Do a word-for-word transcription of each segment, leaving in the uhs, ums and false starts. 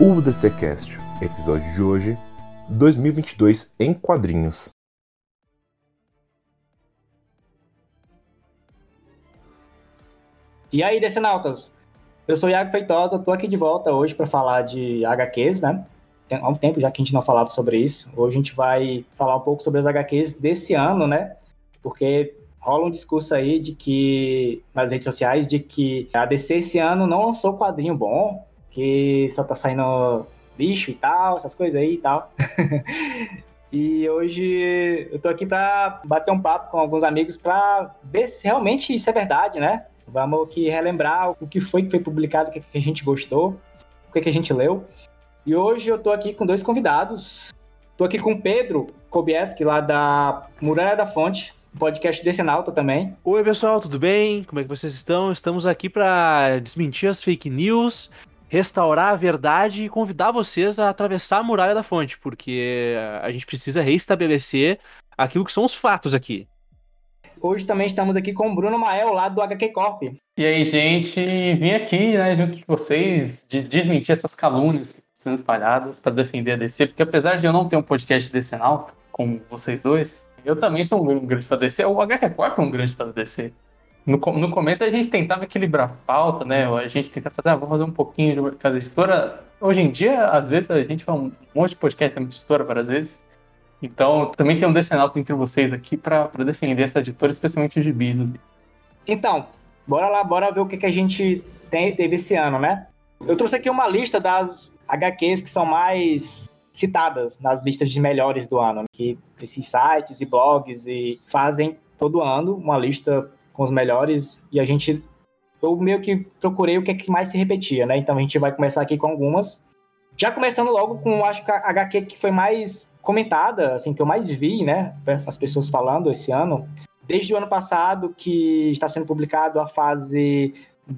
UDCcast, episódio de hoje, dois mil e vinte e dois em quadrinhos. E aí, decenautas? Eu sou o Iago Feitosa, tô aqui de volta hoje para falar de agá quês, né? Tem, há um tempo já que a gente não falava sobre isso. Hoje a gente vai falar um pouco sobre as agá quês desse ano, né? Porque rola um discurso aí de que, nas redes sociais, de que a D C esse ano não lançou quadrinho bom, que só tá saindo lixo e tal, essas coisas aí e tal. E hoje eu tô aqui para bater um papo com alguns amigos para ver se realmente isso é verdade, né? Vamos aqui relembrar o que foi que foi publicado, o que a gente gostou, o que a gente leu. E hoje eu tô aqui com dois convidados. Tô aqui com o Pedro Kobieski, lá da Muralha da Fonte, podcast Decenalta também. Oi, pessoal, tudo bem? Como é que vocês estão? Estamos aqui para desmentir as fake news, restaurar a verdade e convidar vocês a atravessar a Muralha da Fonte, porque a gente precisa reestabelecer aquilo que são os fatos aqui. Hoje também estamos aqui com o Bruno Mael, lá do agá quê Corp. E aí, gente, vim aqui, né, junto com vocês, de desmentir essas calúnias que estão sendo espalhadas para defender a D C, porque apesar de eu não ter um podcast decenalto, como vocês dois, eu também sou um grande fã da D C, o agá quê Corp é um grande fã da D C. No, no começo a gente tentava equilibrar a pauta, né, a gente tentava fazer, ah, vamos fazer um pouquinho de cada editora. Hoje em dia, às vezes, a gente fala um monte de podcast da editora, várias vezes. Então, também tem um decenalto entre vocês aqui para defender essa editora, especialmente os gibis. Assim. Então, bora lá, bora ver o que, que a gente tem, teve esse ano, né? Eu trouxe aqui uma lista das agá quês que são mais citadas nas listas de melhores do ano, que esses sites e blogs e fazem todo ano uma lista com os melhores, e a gente, eu meio que procurei o que, é que mais se repetia, né? Então a gente vai começar aqui com algumas. Já começando logo com, acho que a agá quê que foi mais comentada, assim, que eu mais vi, né, as pessoas falando esse ano, desde o ano passado, que está sendo publicado a fase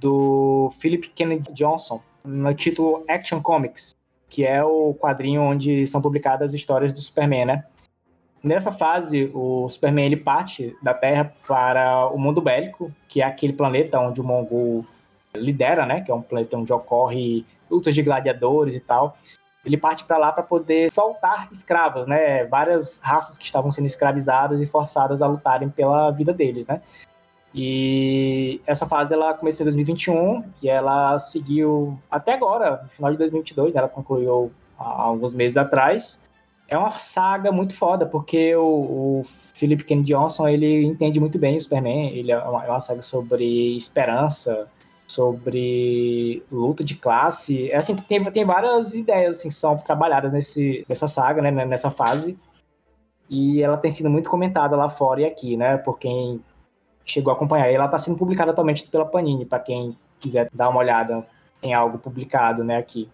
do Philip Kennedy Johnson, no título Action Comics, que é o quadrinho onde são publicadas as histórias do Superman, né? Nessa fase, o Superman ele parte da Terra para o mundo bélico, que é aquele planeta onde o Mongul lidera, né, que é um planeta onde ocorre lutas de gladiadores e tal. Ele parte para lá para poder soltar escravas, né? Várias raças que estavam sendo escravizadas e forçadas a lutarem pela vida deles, né? E essa fase ela começou em dois mil e vinte e um e ela seguiu até agora, no final de dois mil e vinte e dois, né? Ela concluiu há alguns meses atrás. É uma saga muito foda, porque o, o Philip Kennedy Johnson, ele entende muito bem o Superman. Ele é uma, é uma saga sobre esperança, sobre luta de classe. É assim, tem, tem várias ideias assim, que são trabalhadas nesse, nessa saga, né, nessa fase, e ela tem sido muito comentada lá fora e aqui, né, por quem chegou a acompanhar. E ela está sendo publicada atualmente pela Panini, para quem quiser dar uma olhada em algo publicado, né, aqui.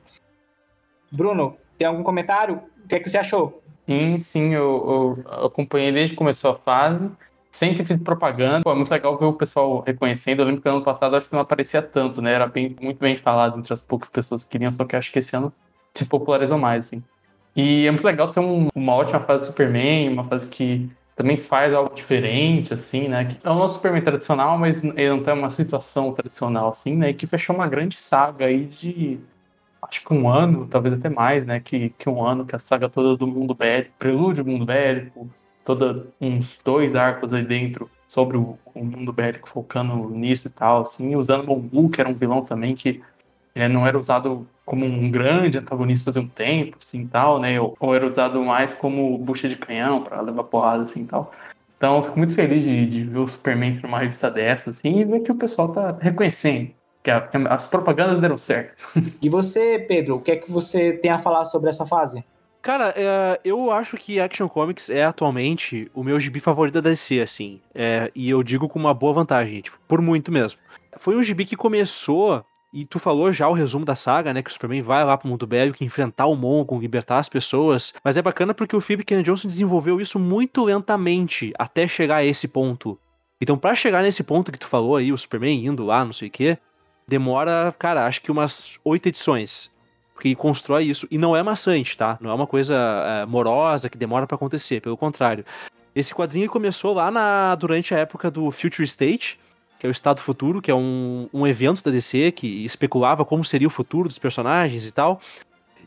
Bruno, tem algum comentário? O que é que você achou? Sim, sim, eu, eu acompanhei desde que começou a fase. Sempre fiz propaganda. Pô, é muito legal ver o pessoal reconhecendo. Eu lembro que ano passado acho que não aparecia tanto, né? Era bem, muito bem falado entre as poucas pessoas que queriam, só que acho que esse ano se popularizou mais, assim. E é muito legal ter um, uma ótima fase do Superman, uma fase que também faz algo diferente, assim, né? Que é o nosso Superman tradicional, mas ele não tem uma situação tradicional, assim, né? E que fechou uma grande saga aí de... acho que um ano, talvez até mais, né? Que, que um ano, que a saga toda do mundo bélico, prelúdio do mundo bélico, toda uns dois arcos aí dentro sobre o, o mundo bélico, focando nisso e tal, assim, usando Mongul, que era um vilão também que é, não era usado como um grande antagonista fazia um tempo, assim, tal, né, ou, ou era usado mais como bucha de canhão para levar porrada, assim, tal. Então, eu fico muito feliz de, de ver o Superman numa revista dessa, assim, e ver que o pessoal tá reconhecendo que, a, que as propagandas deram certo. E você, Pedro, o que é que você tem a falar sobre essa fase? Cara, é, eu acho que Action Comics é atualmente o meu gibi favorito da D C, assim. É, e eu digo com uma boa vantagem, tipo, por muito mesmo. Foi um gibi que começou, e tu falou já o resumo da saga, né? Que o Superman vai lá pro mundo bélico enfrentar o Mongul, libertar as pessoas. Mas é bacana porque o Philip Kennedy Johnson desenvolveu isso muito lentamente até chegar a esse ponto. Então, pra chegar nesse ponto que tu falou aí, o Superman indo lá, não sei o quê, demora, cara, acho que umas oito edições. Porque constrói isso, e não é maçante, tá? Não é uma coisa é, morosa que demora pra acontecer, pelo contrário. Esse quadrinho começou lá na, durante a época do Future State, que é o Estado Futuro, que é um, um evento da D C que especulava como seria o futuro dos personagens e tal.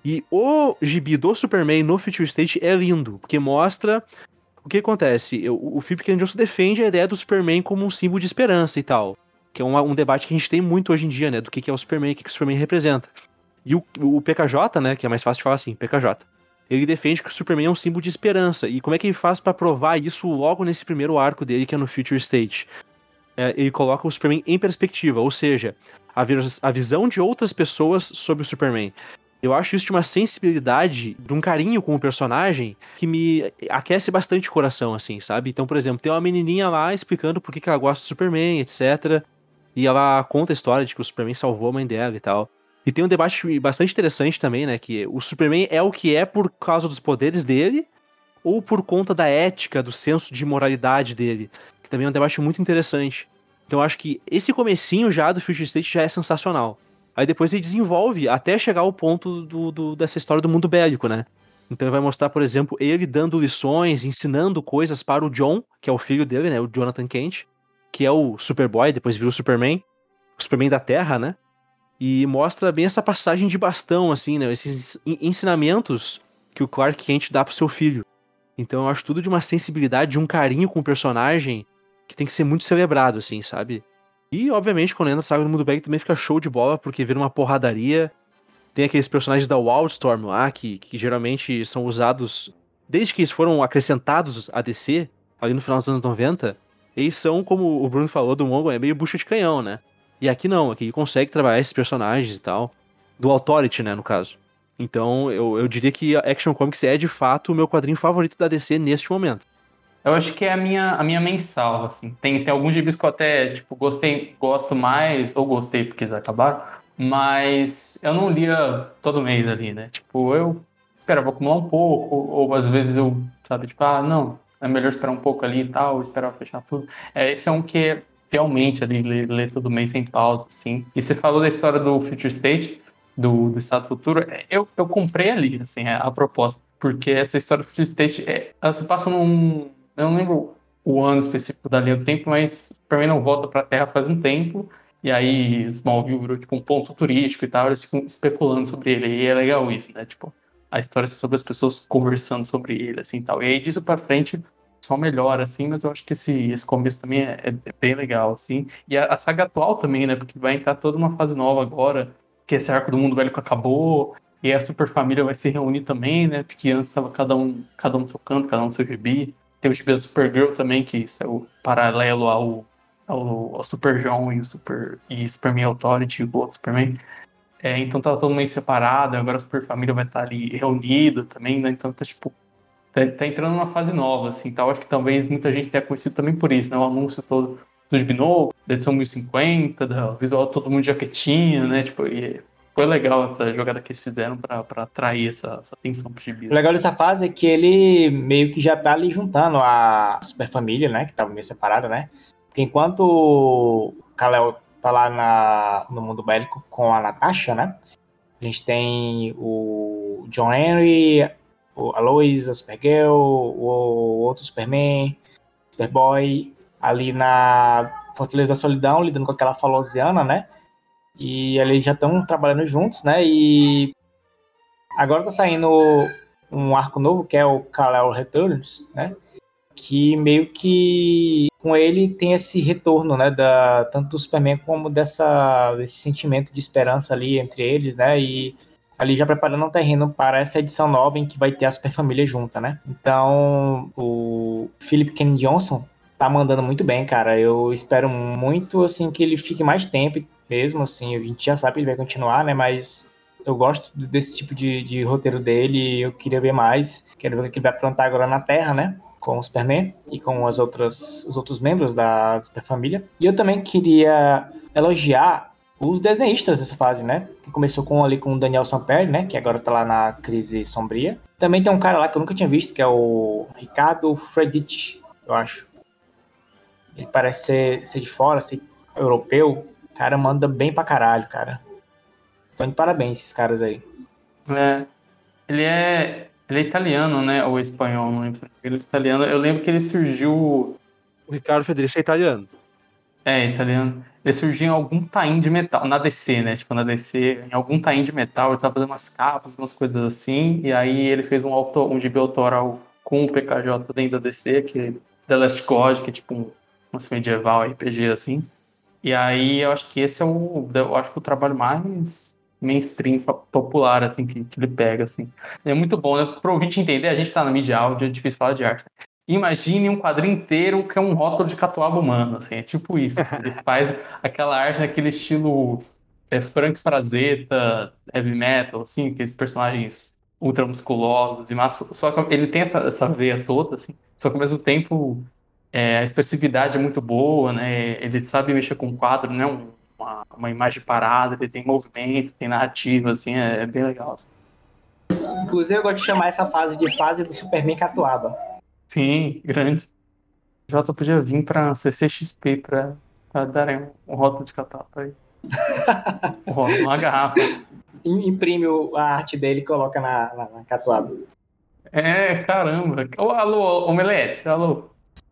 E o gibi do Superman no Future State é lindo, porque mostra o que acontece. O, o Philip Kennedy Johnson defende a ideia do Superman como um símbolo de esperança e tal, que é um, um debate que a gente tem muito hoje em dia, né, do que, que é o Superman, o que, que o Superman representa. E o, o P K J, né, que é mais fácil de falar assim, P K J, ele defende que o Superman é um símbolo de esperança. E como é que ele faz pra provar isso logo nesse primeiro arco dele, que é no Future State? É, ele coloca o Superman em perspectiva, ou seja, a, a visão de outras pessoas sobre o Superman. Eu acho isso de uma sensibilidade, de um carinho com o personagem, que me aquece bastante o coração, assim, sabe? Então, por exemplo, tem uma menininha lá explicando por que, que ela gosta do Superman, etcétera. E ela conta a história de que o Superman salvou a mãe dela e tal. E tem um debate bastante interessante também, né? Que o Superman é o que é por causa dos poderes dele, ou por conta da ética, do senso de moralidade dele. Que também é um debate muito interessante. Então eu acho que esse comecinho já do Future State já é sensacional. Aí depois ele desenvolve até chegar ao ponto do, do, dessa história do mundo bélico, né? Então ele vai mostrar, por exemplo, ele dando lições, ensinando coisas para o John, que é o filho dele, né? O Jonathan Kent, que é o Superboy, depois vira o Superman. O Superman da Terra, né? E mostra bem essa passagem de bastão, assim, né? Esses ensinamentos que o Clark Kent dá pro seu filho. Então eu acho tudo de uma sensibilidade, de um carinho com o personagem que tem que ser muito celebrado, assim, sabe? E, obviamente, quando entra a saga do Mundo Bag também fica show de bola, porque vira uma porradaria. Tem aqueles personagens da Wildstorm lá, que, que geralmente são usados, desde que eles foram acrescentados a D C, ali no final dos anos noventa, eles são, como o Bruno falou do Mongo, é meio bucha de canhão, né? E aqui não, aqui ele consegue trabalhar esses personagens e tal. Do Authority, né, no caso. Então, eu, eu diria que a Action Comics é, de fato, o meu quadrinho favorito da D C neste momento. Eu acho que é a minha, a minha mensal, assim. Tem, tem alguns gibis que eu até, tipo, gostei, gosto mais, ou gostei porque quis acabar, mas eu não lia todo mês ali, né? Tipo, eu esperava acumular um pouco, ou às vezes eu, sabe, tipo, ah, não, é melhor esperar um pouco ali e tal, esperar fechar tudo. É, esse é um que realmente ali, ler, ler todo mês sem pausa, assim. E você falou da história do Future State, do, do Estado Futuro, eu, eu comprei ali, assim, a, a proposta, porque essa história do Future State, é, ela se passa num... Eu não lembro o ano específico da linha do tempo, mas Superman não volta para a Terra faz um tempo, e aí Smallville virou tipo um ponto turístico e tal, eles ficam especulando sobre ele, e é legal isso, né? Tipo, a história é sobre as pessoas conversando sobre ele, assim, tal. E aí disso para frente só melhora, assim, mas eu acho que esse, esse começo também é, é bem legal, assim. E a, a saga atual também, né? Porque vai entrar toda uma fase nova agora, que esse arco do mundo velho que acabou, e a super família vai se reunir também, né? Porque antes estava cada um, cada um no seu canto, cada um no seu gibi. Tem o gibi da Supergirl também, que é o paralelo ao, ao, ao Super John e o Super e Superman Authority e o outro Superman. É, então tá todo mundo separado, agora a Super Família vai estar ali reunida também, né? Então tá tipo. Tá, tá entrando numa fase nova, assim, tal. Acho que talvez muita gente tenha conhecido também por isso, né? O anúncio todo do gibi novo, da edição mil e cinquenta, do visual todo mundo de jaquetinha, né? Tipo, e foi legal essa jogada que eles fizeram pra, pra atrair essa, essa atenção pro gibi. O legal dessa fase é que ele meio que já tá ali juntando a Super Família, né? Que tava meio separada, né? Porque enquanto o Kal-El tá lá na, no mundo bélico com a Natasha, né? A gente tem o John Henry, a Lois, a Supergirl, o outro Superman, Superboy, ali na Fortaleza da Solidão, lidando com aquela falosiana, né? E eles já estão trabalhando juntos, né? E agora tá saindo um arco novo, que é o Kal-El Returns, né? Que meio que com ele tem esse retorno, né? Da, tanto do Superman como dessa, desse sentimento de esperança ali entre eles, né? E ali já preparando um terreno para essa edição nova em que vai ter a Super Família junta, né? Então, o Philip Kennedy Johnson tá mandando muito bem, cara. Eu espero muito, assim, que ele fique mais tempo mesmo, assim. A gente já sabe que ele vai continuar, né? Mas eu gosto desse tipo de, de roteiro dele e eu queria ver mais. Quero ver o que ele vai plantar agora na Terra, né? Com o Superman e com as outras, os outros membros da Super Família. E eu também queria elogiar os desenhistas dessa fase, né? Que começou com, ali com o Daniel Sampere, né? Que agora tá lá na Crise Sombria. Também tem um cara lá que eu nunca tinha visto, que é o Ricardo Fredich, eu acho. Ele parece ser, ser de fora, ser europeu. O cara manda bem pra caralho, cara. Então, de parabéns esses caras aí. É, ele é... Ele é italiano, né? Ou espanhol, não lembro. Ele é italiano. Eu lembro que ele surgiu... O Ricardo Federici é italiano. É, italiano. Ele surgiu em algum tain de metal, na D C, né? Tipo, na D C, em algum tain de metal, ele tava fazendo umas capas, umas coisas assim, e aí ele fez um, auto, um gibi autoral com o P K J dentro da D C, que é The Last God, que é tipo um, um medieval R P G, assim. E aí eu acho que esse é o, eu acho que o trabalho mais mainstream, fa- popular, assim, que, que ele pega, assim. É muito bom, né? Pro ouvinte entender, a gente tá na mídia áudio, é difícil falar de arte. Imagine um quadrinho inteiro que é um rótulo de catuaba humano, assim, é tipo isso. Assim. Ele faz aquela arte naquele estilo é, Frank Frazetta, heavy metal, assim, aqueles personagens ultra musculosos e massa. Só que ele tem essa, essa veia toda, assim, só que ao mesmo tempo é, a expressividade é muito boa, né? Ele sabe mexer com o quadro, né? Um- uma, uma imagem parada, ele tem movimento, tem narrativa, assim, é, é bem legal. Assim. Inclusive, eu gosto de chamar essa fase de fase do Superman Catuaba. Sim, grande. O Jota podia vir pra C C X P pra, pra darem um, um rótulo de catapa aí. Um rótulo, uma garrafa. Im- Imprime o- a arte dele e coloca na, na, na Catuaba. É, caramba. Ô, alô, Omelete, alô.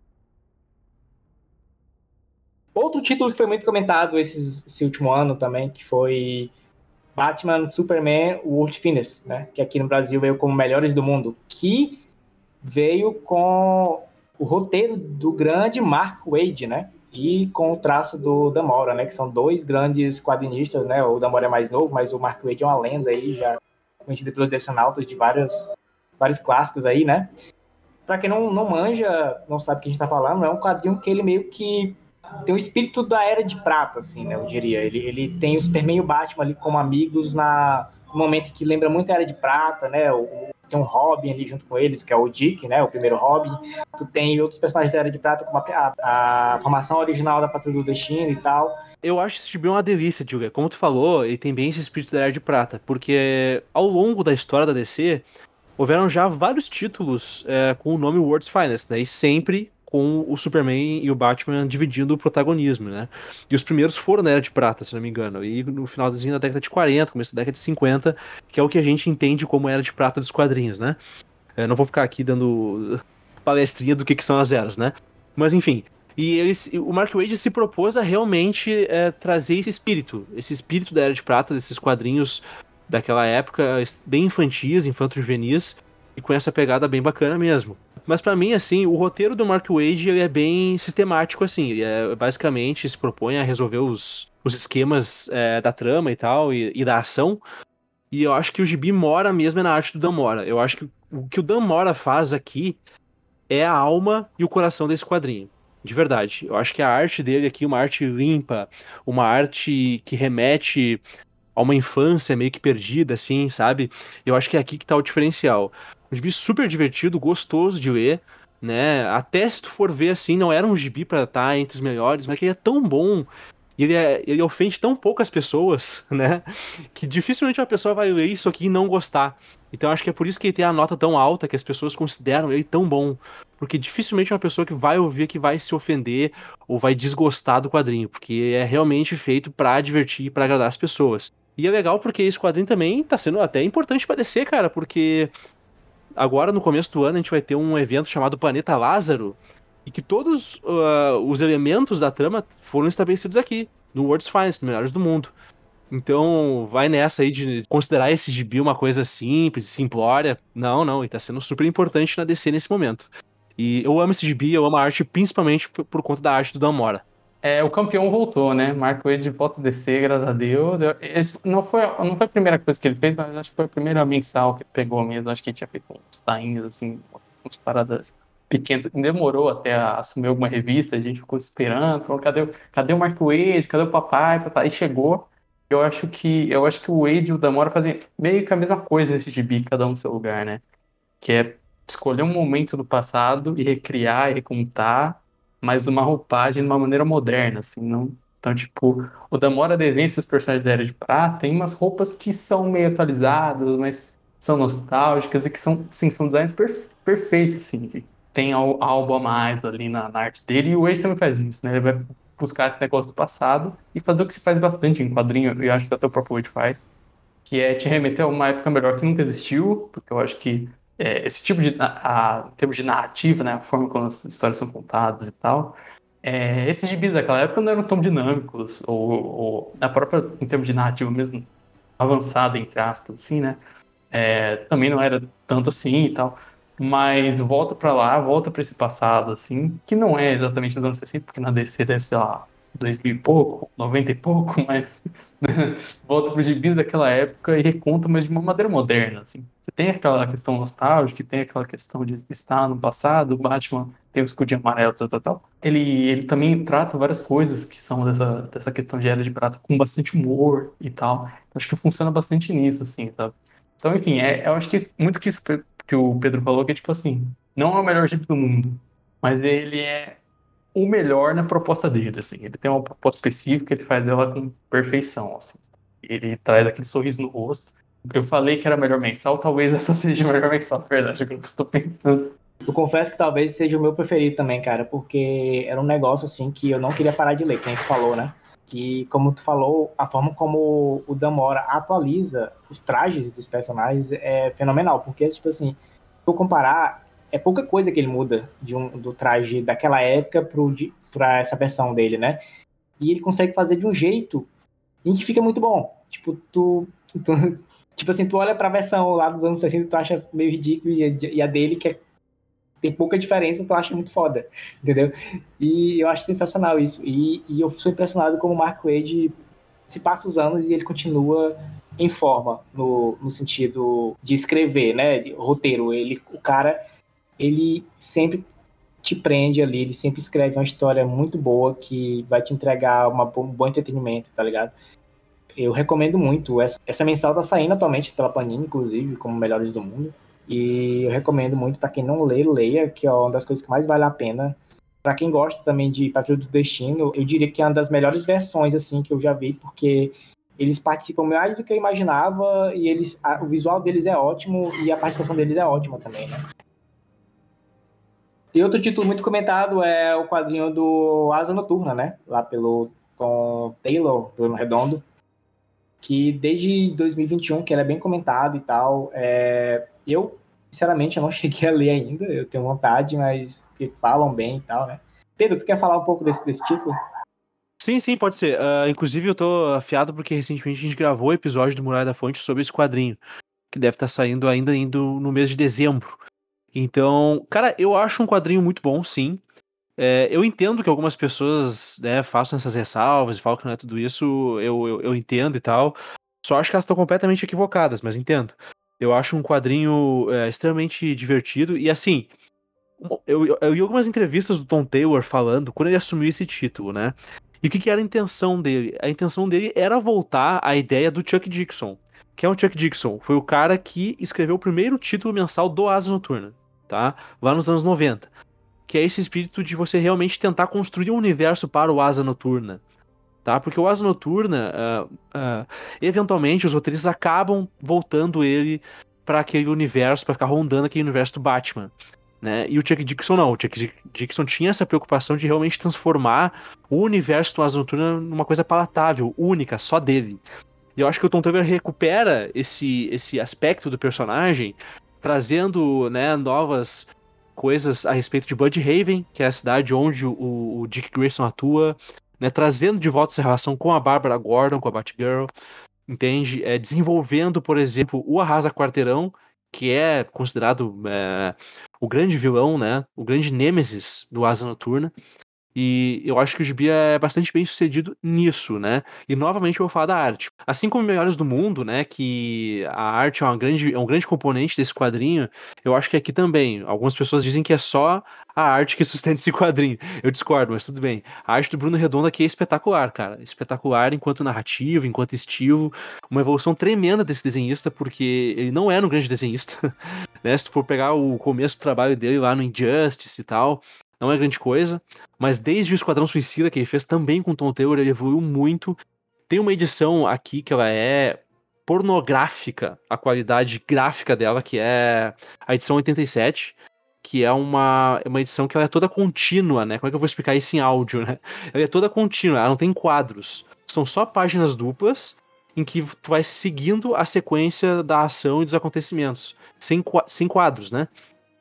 Outro título que foi muito comentado esses- esse último ano também, que foi Batman Superman World Finest, né? Que aqui no Brasil veio como Melhores do Mundo, que veio com o roteiro do grande Mark Waid, né? E com o traço do Dan Mora, né? Que são dois grandes quadrinistas, né? O Dan Mora é mais novo, mas o Mark Waid é uma lenda aí, já conhecido pelos decenautas de vários, vários clássicos aí, né? Pra quem não, não manja, não sabe o que a gente tá falando, é um quadrinho que ele meio que tem o espírito da Era de Prata, assim, né? Eu diria. Ele, ele tem o Superman e o Batman ali como amigos na, no momento que lembra muito a Era de Prata, né? O, tem um Robin ali junto com eles, que é o Dick, né? O primeiro Robin. Tu tem outros personagens da Era de Prata, como a, a, a formação original da Patrulha do Destino e tal. Eu acho esse gibi uma delícia, Dilga. Como tu falou, ele tem bem esse espírito da Era de Prata, porque ao longo da história da D C, houveram já vários títulos é, com o nome World's Finest, né? E sempre com o Superman e o Batman dividindo o protagonismo, né? E os primeiros foram na Era de Prata, se não me engano. E no finalzinho da década de quarenta, começo da década de cinquenta, que é o que a gente entende como Era de Prata dos quadrinhos, né? É, não vou ficar aqui dando palestrinha do que, que são as eras, né? Mas enfim. E eles, o Mark Waid se propôs a realmente é, trazer esse espírito, esse espírito da Era de Prata, desses quadrinhos daquela época, bem infantis, infanto-juvenis, e com essa pegada bem bacana mesmo. Mas pra mim, assim, o roteiro do Mark Waid ele é bem sistemático, assim, ele é, basicamente se propõe a resolver os, os esquemas é, da trama e tal, e, e da ação, e eu acho que o gibi mora mesmo na arte do Dan Mora. Eu acho que o que o Dan Mora faz aqui é a alma e o coração desse quadrinho. De verdade. Eu acho que a arte dele aqui é uma arte limpa, uma arte que remete a uma infância meio que perdida, assim, sabe? Eu acho que é aqui que tá o diferencial. Um gibi super divertido, gostoso de ler, né? Até se tu for ver assim, não era um gibi pra estar entre os melhores, mas que ele é tão bom. E ele, é, ele ofende tão poucas pessoas, né? Que dificilmente uma pessoa vai ler isso aqui e não gostar. Então acho que é por isso que ele tem a nota tão alta, que as pessoas consideram ele tão bom. Porque dificilmente uma pessoa que vai ouvir que vai se ofender ou vai desgostar do quadrinho, porque é realmente feito pra divertir e pra agradar as pessoas. E é legal porque esse quadrinho também tá sendo até importante pra D C, cara, porque agora no começo do ano a gente vai ter um evento chamado Planeta Lázaro, e que todos uh, os elementos da trama foram estabelecidos aqui, no World's Finest, Melhores do Mundo. Então, vai nessa aí de considerar esse gibi uma coisa simples, simplória. Não, não, ele tá sendo super importante na D C nesse momento. E eu amo esse gibi, eu amo a arte principalmente por, por conta da arte do Dan Mora. É, o campeão voltou, né? Mark Waid de volta a D C, graças a Deus. Eu- esse não foi, não foi a primeira coisa que ele fez, mas acho que foi a primeira mensal que ele pegou mesmo. Acho que ele tinha feito uns tainhos, assim, uns paradas pequenas. Demorou até a assumir alguma revista, a gente ficou esperando. Falou, cadê, o- cadê o Mark Waid? Cadê o papai? papai? E chegou. Eu acho que, eu acho que o Waid e o Damora fazem meio que a mesma coisa nesse gibi, cada um no seu lugar, né? Que é escolher um momento do passado e recriar e recontar, mas uma roupagem de uma maneira moderna, assim, não. Então, tipo, o Damora desenha esses personagens da Era de Prata, tem umas roupas que são meio atualizadas, mas são nostálgicas e que são, sim, são designs perfe- perfeitos, assim, que tem al- algo a mais ali na, na arte dele, e o Wade também faz isso, né? Ele vai buscar esse negócio do passado e fazer o que se faz bastante em quadrinho, eu acho que até o próprio Wade faz, que é te remeter a uma época melhor que nunca existiu, porque eu acho que é, esse tipo de, a, a, em termos de narrativa, né, a forma como as histórias são contadas e tal, é, esses gibis daquela época não eram tão dinâmicos, ou, ou na própria, em termos de narrativa mesmo, avançada, entre aspas, assim, né? É, também não era tanto assim e tal. Mas volta pra lá, volta pra esse passado, assim, que não é exatamente os anos sessenta, porque na D C deve ser lá dois mil e pouco, noventa e pouco, mas né, volta pro gibi daquela época e reconta, mas de uma maneira moderna, assim. Você tem aquela questão nostálgica, tem aquela questão de estar no passado, o Batman tem o escudinho amarelo, tal, tal, tal. Ele, ele também trata várias coisas que são dessa, dessa questão de Era de Prata com bastante humor e tal. Acho que funciona bastante nisso, assim, sabe? Então, enfim, é, eu acho que isso- muito que isso que o Pedro falou, que é tipo assim, não é o melhor jeito do mundo, mas ele é o melhor na proposta dele, assim. Ele tem uma proposta específica, ele faz ela com perfeição, assim. Ele traz aquele sorriso no rosto. Eu falei que era melhor mensal, talvez essa seja a melhor mensal, na verdade, é o que eu estou pensando. Eu confesso que talvez seja o meu preferido também, cara, porque era um negócio assim que eu não queria parar de ler, que a gente falou, né? E como tu falou, a forma como o Damora atualiza os trajes dos personagens é fenomenal, porque, tipo assim, se eu comparar, é pouca coisa que ele muda de um, do traje daquela época pro, de, pra essa versão dele, né? E ele consegue fazer de um jeito em que fica muito bom. Tipo, tu, tu tipo assim, tu olha pra versão lá dos anos sessenta, tu acha meio ridículo, e a, e a dele, que é tem pouca diferença, então eu acho muito foda, entendeu? E eu acho sensacional isso. E, e eu sou impressionado como o Mark Waid se passa os anos e ele continua em forma, no, no sentido de escrever, né? De roteiro. Ele, o cara, ele sempre te prende ali, ele sempre escreve uma história muito boa que vai te entregar uma, um bom entretenimento, tá ligado? Eu recomendo muito. Essa, essa mensal tá saindo atualmente pela Panini, inclusive, como Melhores do Mundo. E eu recomendo muito para quem não lê, leia, que é uma das coisas que mais vale a pena. Para quem gosta também de Patrulha do Destino, eu diria que é uma das melhores versões assim que eu já vi, porque eles participam mais do que eu imaginava e eles, a, o visual deles é ótimo e a participação deles é ótima também, né? E outro título muito comentado é o quadrinho do Asa Noturna, né? Lá pelo Tom Taylor, do Redondo, que desde dois mil e vinte e um, que ele é bem comentado e tal. É, eu, sinceramente, eu não cheguei a ler ainda, eu tenho vontade, mas que falam bem e tal, né? Pedro, tu quer falar um pouco desse, desse título? Sim, sim, pode ser. Uh, inclusive, eu tô afiado porque recentemente a gente gravou o episódio do Muralha da Fonte sobre esse quadrinho, que deve estar saindo ainda indo no mês de dezembro. Então, cara, eu acho um quadrinho muito bom, sim. É, eu entendo que algumas pessoas, né, façam essas ressalvas e falam que não é tudo isso, eu, eu, eu entendo e tal. Só acho que elas estão completamente equivocadas, mas entendo. Eu acho um quadrinho é, extremamente divertido e assim, eu, eu, eu vi algumas entrevistas do Tom Taylor falando quando ele assumiu esse título, né? E o que, que era a intenção dele? A intenção dele era voltar à ideia do Chuck Dixon. Que é o Chuck Dixon? Foi o cara que escreveu o primeiro título mensal do Asa Noturna, tá? Lá nos anos noventa. Que é esse espírito de você realmente tentar construir um universo para o Asa Noturna, tá? Porque o Asa Noturna, uh, uh, eventualmente, os roteiristas acabam voltando ele para aquele universo, para ficar rondando aquele universo do Batman. Né? E o Chuck Dixon não, o Chuck Dixon tinha essa preocupação de realmente transformar o universo do Asa Noturna numa coisa palatável, única, só dele. E eu acho que o Tom Taylor recupera esse, esse aspecto do personagem, trazendo, né, novas coisas a respeito de Bloodhaven, que é a cidade onde o, o Dick Grayson atua, né, trazendo de volta essa relação com a Bárbara Gordon, com a Batgirl, entende? É, desenvolvendo, por exemplo, o Arrasa Quarteirão, que é considerado é, o grande vilão, né? O grande nêmesis do Asa Noturna. E eu acho que o Gibi é bastante bem sucedido nisso, né? E novamente eu vou falar da arte. Assim como Melhores do Mundo, né? Que a arte é, uma grande, é um grande componente desse quadrinho, eu acho que aqui também. Algumas pessoas dizem que é só a arte que sustenta esse quadrinho. Eu discordo, mas tudo bem. A arte do Bruno Redondo aqui é espetacular, cara. Espetacular enquanto narrativo, enquanto estilo. Uma evolução tremenda desse desenhista, porque ele não era um grande desenhista. Né? Se tu for pegar o começo do trabalho dele lá no Injustice e tal, não é grande coisa, mas desde o Esquadrão Suicida que ele fez também com o Tom Taylor, ele evoluiu muito. Tem uma edição aqui que ela é pornográfica, a qualidade gráfica dela, que é a edição oitenta e sete, que é uma, uma edição que ela é toda contínua, né? Como é que eu vou explicar isso em áudio, né? Ela é toda contínua, ela não tem quadros. São só páginas duplas em que tu vai seguindo a sequência da ação e dos acontecimentos, sem, sem quadros, né?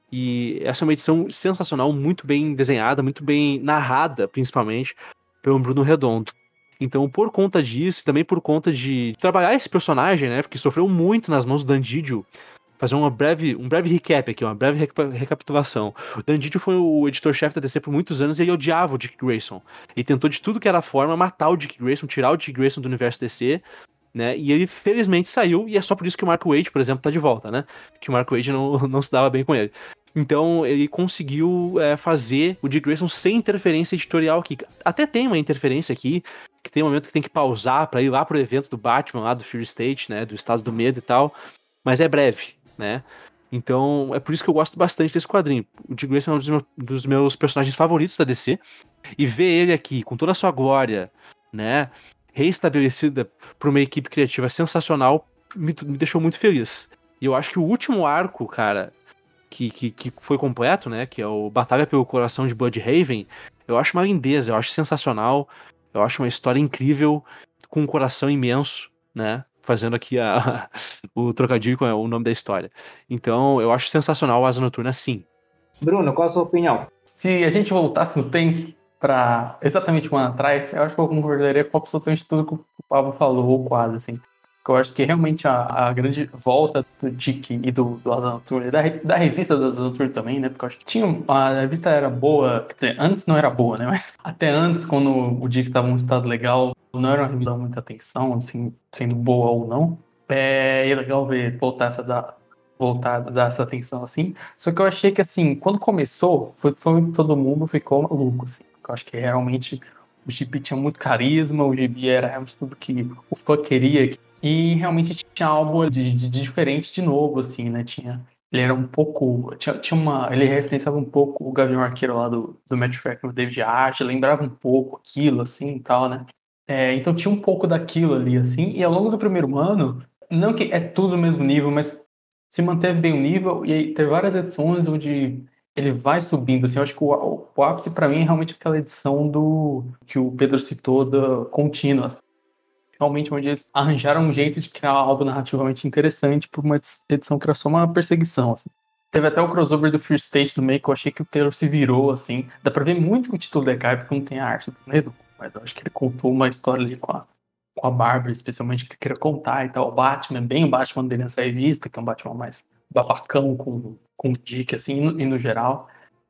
E essa é uma edição sensacional, muito bem desenhada, muito bem narrada, principalmente, pelo Bruno Redondo. Então, por conta disso, e também por conta de trabalhar esse personagem, né, porque sofreu muito nas mãos do Dan Didio, fazer uma breve, um breve recap aqui, uma breve reca- recapitulação. O Dan Didio foi o editor-chefe da D C por muitos anos e ele odiava o Dick Grayson. Ele tentou de tudo que era forma matar o Dick Grayson, tirar o Dick Grayson do universo D C, né? E ele felizmente saiu, e é só por isso que o Mark Waid, por exemplo, tá de volta, né? Que o Mark Waid não, não se dava bem com ele. Então ele conseguiu é, fazer o Dick Grayson sem interferência editorial aqui. Até tem uma interferência aqui, que tem um momento que tem que pausar pra ir lá pro evento do Batman, lá do Fear State, né? Do Estado do Medo e tal. Mas é breve, né? Então é por isso que eu gosto bastante desse quadrinho. O Dick Grayson é um dos meus, dos meus personagens favoritos da D C. E ver ele aqui, com toda a sua glória, né? Reestabelecida por uma equipe criativa sensacional, me, me deixou muito feliz. E eu acho que o último arco, cara, que, que, que foi completo, né, que é o Batalha pelo Coração de Bloodhaven, eu acho uma lindeza, eu acho sensacional, eu acho uma história incrível, com um coração imenso, né, fazendo aqui a, o trocadilho com o nome da história. Então, eu acho sensacional o Asa Noturna, sim. Bruno, qual a sua opinião? Se a gente voltasse no tempo para exatamente um ano atrás, eu acho que eu concordaria com absolutamente tudo que o Pablo falou, ou quase, assim. Eu acho que realmente a, a grande volta do Dick e do, do Asa Noturna, e da, da revista do Asa Noturna também, né? Porque eu acho que tinha, a revista era boa, quer dizer, antes não era boa, né? Mas até antes, quando o Dick estava em um estado legal, não era uma revista com muita atenção, assim, sendo boa ou não. É, é legal ver voltar essa da, voltar a dar essa atenção, assim. Só que eu achei que, assim, quando começou, foi, foi todo mundo ficou maluco, assim. Eu acho que realmente o Gibi tinha muito carisma, o Gibi era realmente tudo que o fã queria. E realmente tinha algo de, de, de diferente de novo, assim, né? Tinha, ele era um pouco... Tinha, tinha uma, ele referenciava um pouco o Gavião Arqueiro lá do, do Matt Fraction, o David Ash, lembrava um pouco aquilo, assim, e tal, né? É, então tinha um pouco daquilo ali, assim. E ao longo do primeiro ano, não que é tudo no mesmo nível, mas se manteve bem o nível, e aí teve várias edições onde ele vai subindo, assim, eu acho que o, o, o ápice pra mim é realmente aquela edição do que o Pedro citou, da Contínuas, realmente onde eles arranjaram um jeito de criar algo narrativamente interessante por uma edição que era só uma perseguição, assim. Teve até o crossover do Fear State no meio, que eu achei que o Taylor se virou, assim, dá pra ver muito que o título decai, porque não tem a arte do Medo, mas eu acho que ele contou uma história ali com a com a Bárbara, especialmente, que ele queria contar e tal. O Batman, bem o Batman dele nessa revista, que é um Batman mais babacão com, com o Dick, assim, e no, e no geral.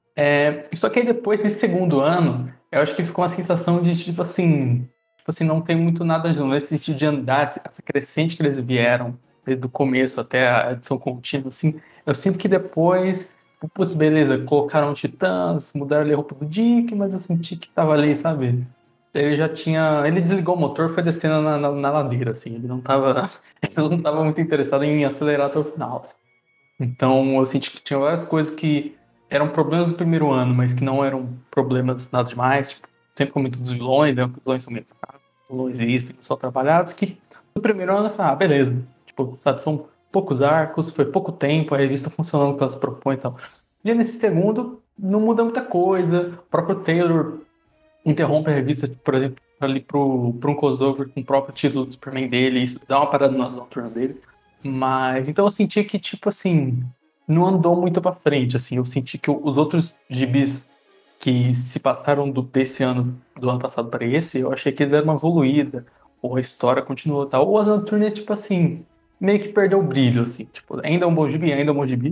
É, só que aí depois, nesse segundo ano, eu acho que ficou uma sensação de, tipo assim, tipo assim, não tem muito nada de novo. Esse sentido de andar, essa crescente que eles vieram, desde o começo até a edição contínua, assim, eu sinto que depois, putz, beleza, colocaram Titãs, mudaram ali a roupa do Dick, mas eu senti que tava ali, sabe? Ele já tinha. Ele desligou o motor e foi descendo na, na, na ladeira, assim. Ele não tava. Ele não tava muito interessado em acelerar até o final, assim. Então eu senti que tinha várias coisas que eram problemas do primeiro ano, mas que não eram problemas nada demais. Tipo, sempre comento dos vilões, né? Os vilões são meio fracos, não existem, só trabalhados. Que no primeiro ano eu falei, ah, beleza. Tipo, sabe, são poucos arcos, foi pouco tempo, a revista funcionando como ela se propõe e tal. E nesse segundo, não muda muita coisa. O próprio Taylor interrompe a revista, por exemplo, ali pro, pro um crossover com o próprio título do Superman dele, isso dá uma parada na noturna dele. Mas, então eu senti que, tipo assim, não andou muito pra frente, assim. Eu senti que os outros gibis que se passaram do, desse ano, do ano passado para esse, eu achei que eles deram uma evoluída, ou a história continuou tal. Ou a Noturna é, tipo assim, meio que perdeu o brilho, assim. Tipo, ainda é um bom gibi, ainda é um bom gibi.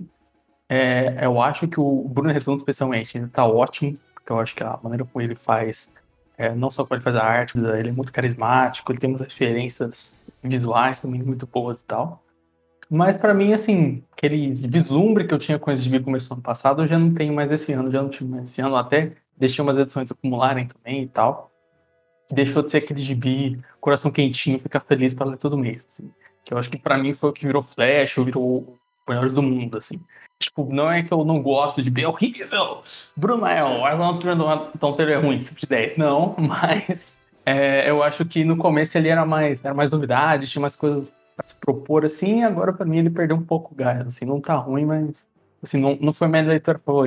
É, eu acho que o Bruno Redondo, especialmente, ele tá ótimo, porque eu acho que a maneira como ele faz, é, não só como ele faz a arte, ele é muito carismático, ele tem umas referências visuais também muito boas e tal. Mas pra mim, assim, aquele vislumbre que eu tinha com esse gibi que começou ano passado, eu já não tenho mais esse ano, já não tive mais esse ano, até deixei umas edições acumularem também e tal. Deixou de ser aquele gibi, coração quentinho, ficar feliz pra ler todo mês, assim. Que eu acho que pra mim foi o que virou Flash, ou virou Melhores do Mundo, assim. Tipo, não é que eu não gosto de B, é horrível. Brumael, a Noturna do Tom Taylor é ruim, cinco de dez. Não, mas é, eu acho que no começo ele era mais, era mais novidade, tinha mais coisas a se propor, assim, e agora pra mim ele perdeu um pouco o gás, assim, não tá ruim, mas assim, não, não foi minha leitura favorita.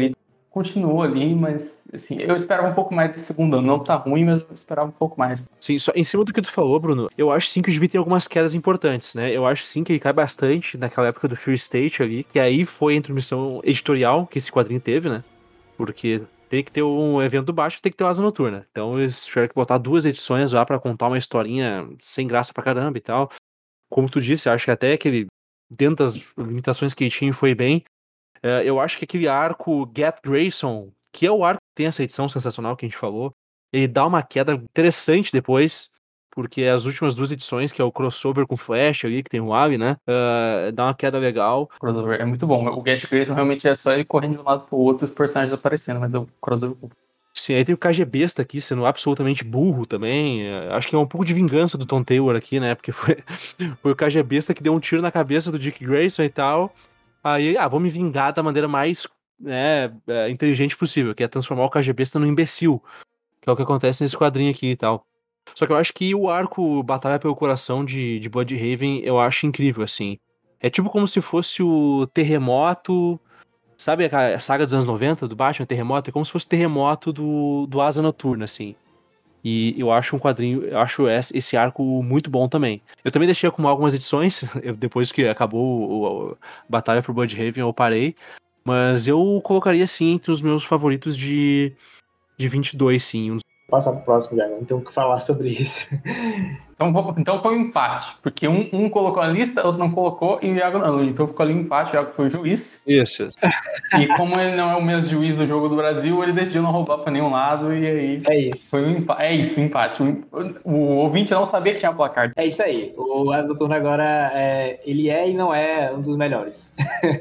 continuou ali, mas assim, eu esperava um pouco mais desse segundo ano. Não tá ruim, mas eu esperava um pouco mais. Sim, só em cima do que tu falou, Bruno, eu acho sim que o gibi tem algumas quedas importantes, né? Eu acho sim que ele cai bastante naquela época do Fear State ali, que aí foi a intromissão editorial que esse quadrinho teve, né? Porque tem que ter um evento do Batman, tem que ter uma Asa Noturna. Então eles tiveram que botar duas edições lá pra contar uma historinha sem graça pra caramba e tal. Como tu disse, eu acho que até aquele, dentro das limitações que ele tinha, foi bem. É, eu acho que aquele arco Get Grayson, que é o arco que tem essa edição sensacional que a gente falou, ele dá uma queda interessante depois, porque as últimas duas edições, que é o crossover com Flash ali, que tem o Ali, né, uh, dá uma queda legal. O crossover é muito bom. O Get Grayson realmente é só ele correndo de um lado pro outro e os personagens aparecendo, mas o crossover... Sim, aí tem o K G Besta aqui, sendo absolutamente burro também. É, acho que é um pouco de vingança do Tom Taylor aqui, né, porque foi, foi o K G Besta que deu um tiro na cabeça do Dick Grayson e tal. Aí, ah, vou me vingar da maneira mais né, é, inteligente possível, que é transformar o K G Besta num imbecil, que é o que acontece nesse quadrinho aqui e tal. Só que eu acho que o arco Batalha pelo Coração de, de Bloodhaven eu acho incrível, assim. É tipo como se fosse o Terremoto, sabe a saga dos anos noventa do Batman, Terremoto? É como se fosse o Terremoto do, do Asa Noturna, assim. E eu acho um quadrinho, eu acho esse arco muito bom também. Eu também deixei acumular algumas edições, eu, depois que acabou o, o Batalha por Bloodhaven eu parei, mas eu colocaria sim entre os meus favoritos de, de vinte e dois, sim. Vou passar pro próximo já, não tenho o que falar sobre isso. Então, vou, então foi um empate, porque um, um colocou a lista, outro não colocou, e o Iago não. Então ficou ali um empate, o Iago foi o juiz. Isso, isso. E como ele não é o mesmo juiz do jogo do Brasil, ele decidiu não roubar pra nenhum lado, e aí... É isso. Foi um empate. É isso, empate. O, o, o ouvinte não sabia que tinha placar. É isso aí. O Asa Noturna agora, é, ele é e não é um dos melhores.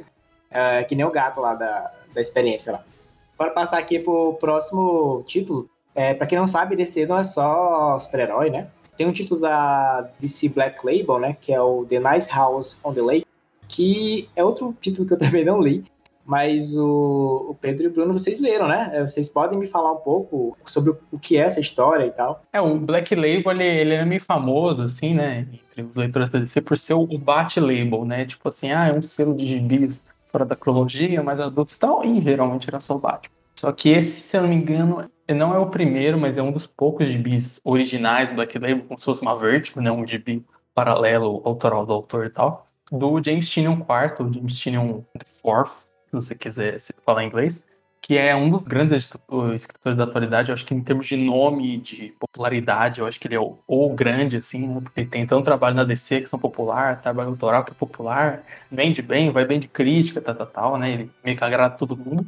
É que nem o gato lá da, da experiência lá. Bora passar aqui pro próximo título. É, pra quem não sabe, D C não é só super-herói, né? Tem um título da D C Black Label, né? Que é o The Nice House on the Lake, que é outro título que eu também não li, mas o, o Pedro e o Bruno, vocês leram, né? Vocês podem me falar um pouco sobre o que é essa história e tal? É, o Black Label, ele, ele é meio famoso, assim, né? Entre os leitores da D C, por ser o Bat-Label, né? Tipo assim, ah, é um selo de gibis fora da cronologia, mais adultos e tal, e geralmente era só o Batman. Só que esse, se eu não me engano, não é o primeiro, mas é um dos poucos gibis originais do Black Label, como se fosse uma Vertigo, né? Um gibi paralelo, autoral do autor e tal, do James Tynion quarto, o James Tynion the fourth, se você quiser falar em inglês, que é um dos grandes escritores da atualidade. Eu acho que em termos de nome, de popularidade, eu acho que ele é o, o grande, assim, né? Porque ele tem tanto trabalho na D C que são popular, trabalho autoral que é popular, vende bem, vai bem de crítica, tal, tal, tal, né? Ele meio que agrada todo mundo.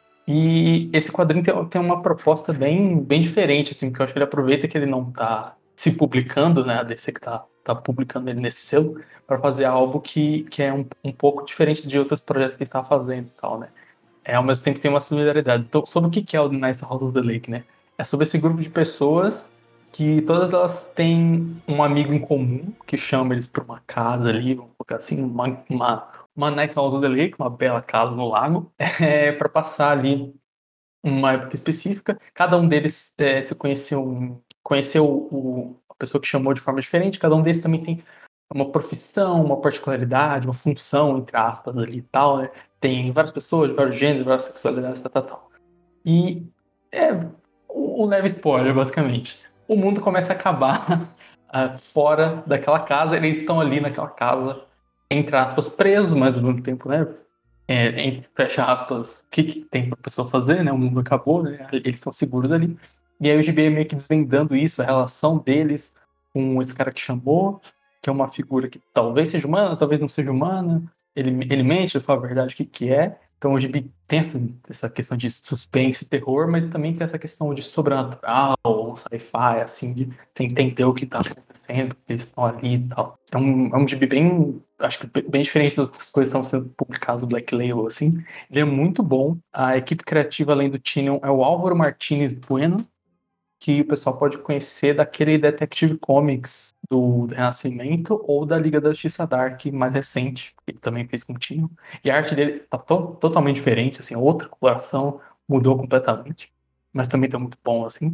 E esse quadrinho tem, tem uma proposta bem, bem diferente, assim, porque eu acho que ele aproveita que ele não tá se publicando, né? A D C que tá, tá publicando ele nesse selo, para fazer algo que, que é um, um pouco diferente de outros projetos que ele estava fazendo e tal, né? É, ao mesmo tempo tem uma similaridade. Então, sobre o que é o The Nice House of the Lake, né? É sobre esse grupo de pessoas que todas elas têm um amigo em comum que chama eles para uma casa ali, vamos colocar assim, uma, uma, uma Nice House of the Lake, uma bela casa no lago, é, para passar ali uma época específica. Cada um deles é, se conheceu, conheceu o, a pessoa que chamou de forma diferente. Cada um deles também tem uma profissão, uma particularidade, uma função, entre aspas, ali e tal, né? Tem várias pessoas de vários gêneros, várias sexualidades, tal, tal, tal. E é um leve spoiler, basicamente. O mundo começa a acabar uh, fora daquela casa. Eles estão ali naquela casa, entre aspas, presos, mas ao mesmo tempo, né? É, entre, fecha aspas, o que, que tem pra pessoa fazer, né? O mundo acabou, né? Eles estão seguros ali. E aí o G B meio que desvendando isso, a relação deles com esse cara que chamou, que é uma figura que talvez seja humana, talvez não seja humana. Ele, ele mente, ele fala a verdade, o que, que é. Então o G B tem essa, essa questão de suspense e terror, mas também tem essa questão de sobrenatural, ou sci-fi, assim, de você entender o que está acontecendo, porque eles estão ali e tal. É um, é um G B bem, acho que bem diferente das outras coisas que estão sendo publicadas no Black Label, assim. Ele é muito bom. A equipe criativa, além do Tynion, é o Álvaro Martínez Bueno, que o pessoal pode conhecer daquele Detective Comics do Renascimento ou da Liga da Justiça Dark mais recente, que ele também fez com o Tynion. E a arte dele tá to- totalmente diferente, assim, outra coloração, mudou completamente, mas também tá muito bom, assim.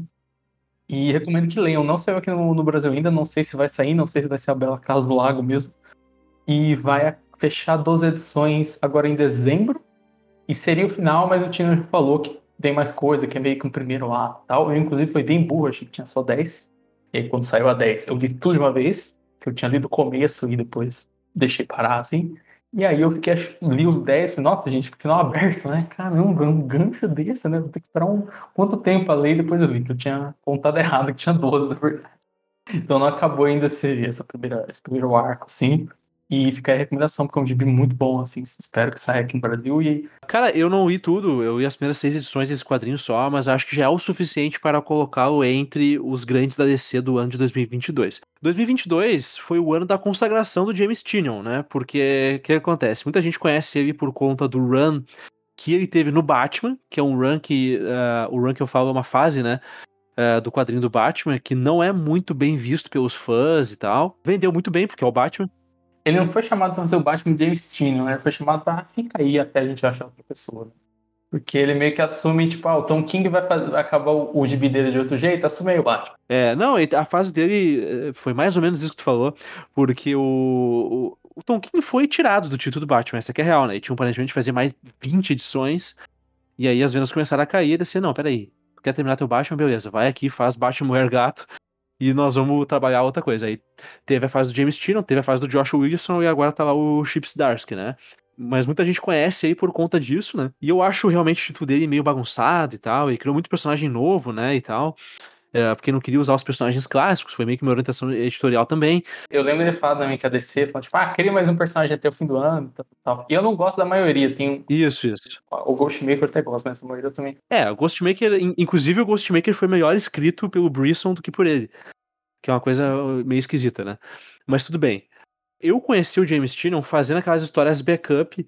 E recomendo que leiam. Não saiu aqui no, no Brasil ainda, não sei se vai sair, não sei se vai ser a Bela Casa do Lago mesmo. E vai fechar doze edições agora em dezembro. E seria o final, mas o Tino falou que tem mais coisa, que é meio que um primeiro ato e tal. Eu, inclusive, foi bem burro, achei que tinha só dez. E aí, quando saiu a dez, eu li tudo de uma vez, que eu tinha lido o começo e depois deixei parar, assim. E aí eu fiquei, li os dez, falei, nossa, gente, que final aberto, né? Caramba, um gancho desse, né? Vou ter que esperar um quanto tempo pra ler e depois eu vi que eu tinha contado errado, que tinha doze, na verdade. Então não acabou ainda esse, essa primeira, esse primeiro arco, assim. E fica aí a recomendação, porque é um gibi muito bom, assim. Espero que saia aqui no Brasil e... Cara, eu não li tudo, eu li as primeiras seis edições desse quadrinho só, mas acho que já é o suficiente para colocá-lo entre os grandes da D C do ano de dois mil e vinte e dois. dois mil e vinte e dois foi o ano da consagração do James Tynion, né? Porque o que acontece? Muita gente conhece ele por conta do run que ele teve no Batman, que é um run que, uh, o run que eu falo é uma fase, né? Uh, do quadrinho do Batman, que não é muito bem visto pelos fãs e tal. Vendeu muito bem, porque é o Batman. Ele não foi chamado pra fazer o Batman James Tynion, né? Ele foi chamado pra ficar aí até a gente achar outra pessoa. Né? Porque ele meio que assume, tipo, ah, o Tom King vai, fazer, vai acabar o, o gibi dele de outro jeito, assume aí o Batman. É, não, a fase dele foi mais ou menos isso que tu falou, porque o, o, o Tom King foi tirado do título do Batman, essa que é real, né? Ele tinha um planejamento de fazer mais vinte edições, e aí as vendas começaram a cair, e disse, não, peraí, quer terminar teu Batman? Beleza, vai aqui, faz Batman Mulher Gato, e nós vamos trabalhar outra coisa. Aí teve a fase do James Tynion, teve a fase do Josh Williamson, e agora tá lá o Chip Zdarsky, né? Mas muita gente conhece aí por conta disso, né? E eu acho realmente o título dele meio bagunçado e tal, e criou muito personagem novo, né, e tal. É, porque não queria usar os personagens clássicos, foi meio que uma orientação editorial também. Eu lembro ele falar também que a D C falou, tipo, ah, cria mais um personagem até o fim do ano e tal. E eu não gosto da maioria, tem... Isso, isso. O Ghostmaker eu até gosto, mas a maioria eu também... É, o Ghostmaker, inclusive o Ghostmaker foi melhor escrito pelo Brisson do que por ele. Que é uma coisa meio esquisita, né? Mas tudo bem. Eu conheci o James Tynion fazendo aquelas histórias backup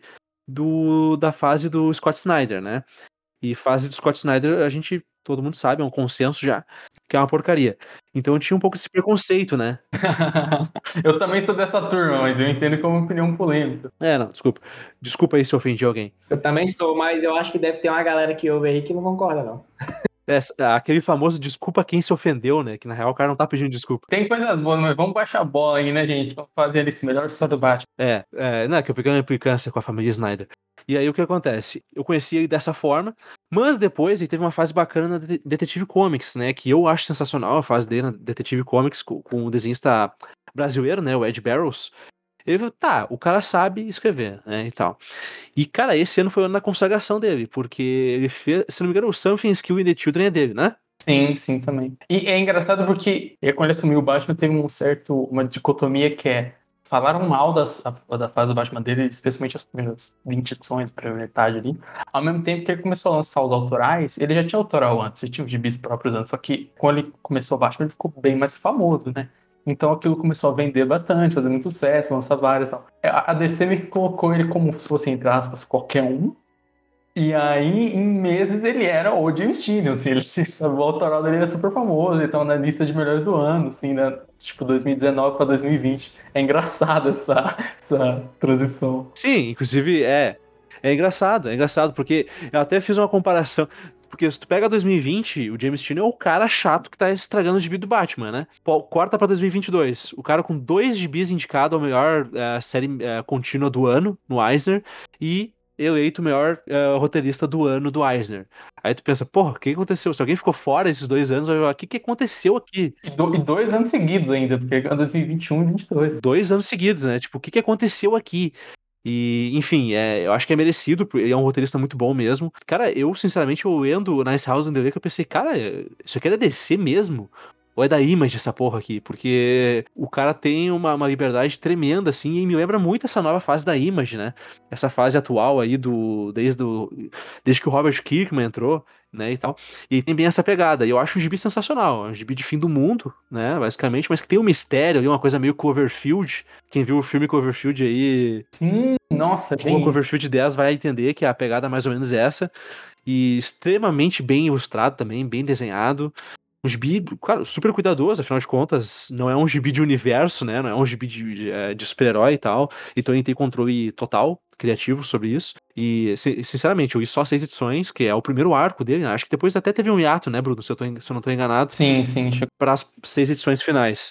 do, da fase do Scott Snyder, né? E fase do Scott Snyder, a gente, todo mundo sabe, é um consenso já, que é uma porcaria. Então eu tinha um pouco esse preconceito, né? Eu também sou dessa turma, mas eu entendo como opinião polêmica. É, não, desculpa. Desculpa aí se eu ofendi alguém. Eu também sou, mas eu acho que deve ter uma galera que ouve aí que não concorda, não. É, aquele famoso desculpa quem se ofendeu, né? Que na real o cara não tá pedindo desculpa. Tem coisas boas, mas vamos baixar a bola aí, né, gente? Vamos fazer esse melhor história do Batman. É, é, não, é que eu peguei uma implicância com a família Snyder. E aí o que acontece? Eu conheci ele dessa forma, mas depois ele teve uma fase bacana na Detective Comics, né? Que eu acho sensacional a fase dele na Detective Comics com, com o desenhista brasileiro, né? O Ed Barrows. Ele falou, tá, o cara sabe escrever, né? E tal. E, cara, esse ano foi o ano da consagração dele, porque ele fez, se não me engano, o Something Skill in the Children é dele, né? Sim, sim, também. E é engraçado porque quando ele assumiu o Batman, teve um certo, uma dicotomia que é falaram mal das, a, da fase do Batman dele, especialmente as primeiras vinte edições, a primeira metade ali. Ao mesmo tempo que ele começou a lançar os autorais, ele já tinha autoral antes, ele tinha os gibis próprios antes, só que quando ele começou o Batman, ele ficou bem mais famoso, né? Então aquilo começou a vender bastante, fazer muito sucesso, lançar vários e tal. A D C me colocou ele como se fosse, entre aspas, qualquer um. E aí, em meses, ele era o James Tynion, assim, ele, o autoral dele era super famoso, ele tava na lista de melhores do ano, assim, né? Tipo, dois mil e dezenove para dois mil e vinte. É engraçado essa, essa transição. Sim, inclusive, é. É engraçado, é engraçado, porque eu até fiz uma comparação. Porque se tu pega dois mil e vinte, o James Tynion é o cara chato que tá estragando o gibi do Batman, né? Pô, corta pra dois mil e vinte e dois. O cara com dois gibis indicado ao melhor uh, série uh, contínua do ano, no Eisner, e eleito o melhor uh, roteirista do ano do Eisner. Aí tu pensa, porra, o que aconteceu? Se alguém ficou fora esses dois anos, o que, que aconteceu aqui? E, do, e dois anos seguidos ainda, porque é dois mil e vinte e um e vinte e dois. Dois anos seguidos, né? Tipo, o que, que aconteceu aqui? E, enfim, é, eu acho que é merecido, ele é um roteirista muito bom mesmo. Cara, eu, sinceramente, eu lendo o Nice House in the Lake, eu pensei, cara, isso aqui é da D C mesmo? Ou é da Image essa porra aqui? Porque o cara tem uma, uma liberdade tremenda, assim, e me lembra muito essa nova fase da Image, né? Essa fase atual aí do... Desde, do, desde que o Robert Kirkman entrou, né, e tal. E tem bem essa pegada. E eu acho um gibi sensacional. É um gibi de fim do mundo, né, basicamente, mas que tem um mistério ali, uma coisa meio Cloverfield. Quem viu o filme Cloverfield aí... Sim, nossa, bem o Cloverfield dez vai entender que a pegada é mais ou menos essa. E extremamente bem ilustrado também, bem desenhado. Um gibi, claro, super cuidadoso, afinal de contas, não é um gibi de universo, né? Não é um gibi de, de, de super-herói e tal. Então ele tem controle total, criativo sobre isso. E, sinceramente, eu li só seis edições, que é o primeiro arco dele. Acho que depois até teve um hiato, né, Bruno? Se eu, tô, se eu não tô enganado. Sim, sim. Para as seis edições finais.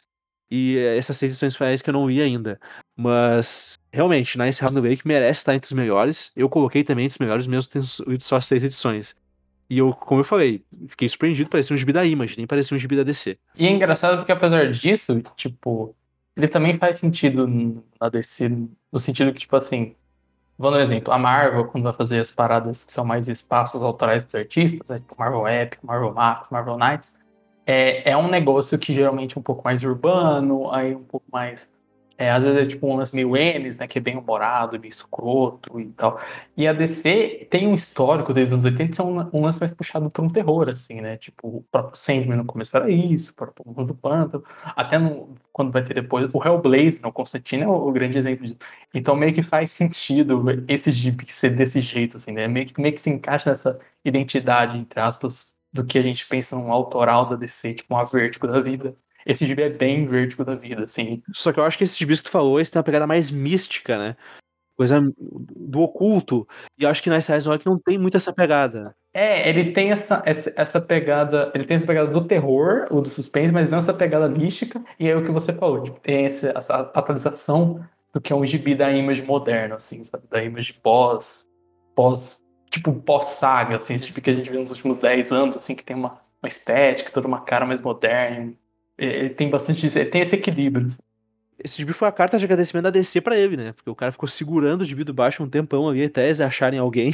E essas seis edições finais que eu não li ainda. Mas, realmente, Nice House on the Lake merece estar entre os melhores. Eu coloquei também entre os melhores, mesmo tendo lido só as seis edições. E eu, como eu falei, fiquei surpreendido, parecia um gibi da Image, nem parecia um gibi da D C. E é engraçado porque, apesar disso, tipo, ele também faz sentido na D C, no sentido que, tipo assim, vou dar um exemplo, a Marvel, quando vai fazer as paradas que são mais espaços autorais dos artistas, é, tipo Marvel Epic, Marvel Max, Marvel Knights, é, é um negócio que geralmente é um pouco mais urbano, aí um pouco mais... É, às vezes é tipo um lance meio Ennis, né, que é bem humorado, meio escroto e tal. E a D C tem um histórico desde os anos oitenta, que é um, um lance mais puxado para um terror, assim, né? Tipo, o próprio Sandman no começo era isso, o próprio Mundo do Pântano, até no, quando vai ter depois o Hellblazer, né, o Constantine é o, o grande exemplo disso. Então meio que faz sentido esse gibi ser desse jeito, assim, né? Meio que, meio que se encaixa nessa identidade, entre aspas, do que a gente pensa num autoral da D C, tipo uma Vertigo da vida. Esse gibi é bem Vertigo da vida, assim. Só que eu acho que esse gibi que tu falou, esse tem uma pegada mais mística, né? Coisa do oculto. E eu acho que Nice House on the Lake não tem muito essa pegada. É, ele tem essa, essa, essa pegada, ele tem essa pegada do terror, ou do suspense, mas não essa pegada mística, e é o que você falou, tipo, tem essa, essa atualização do que é um gibi da Image moderno, assim, sabe, da Image pós, pós, tipo, pós-saga, assim, esse gibi que a gente viu nos últimos dez anos, assim, que tem uma, uma estética, toda uma cara mais moderna, ele tem bastante, ele tem esse equilíbrio, assim. Esse gibi foi a carta de agradecimento da D C pra ele, né? Porque o cara ficou segurando o gibi do baixo um tempão ali até eles acharem alguém.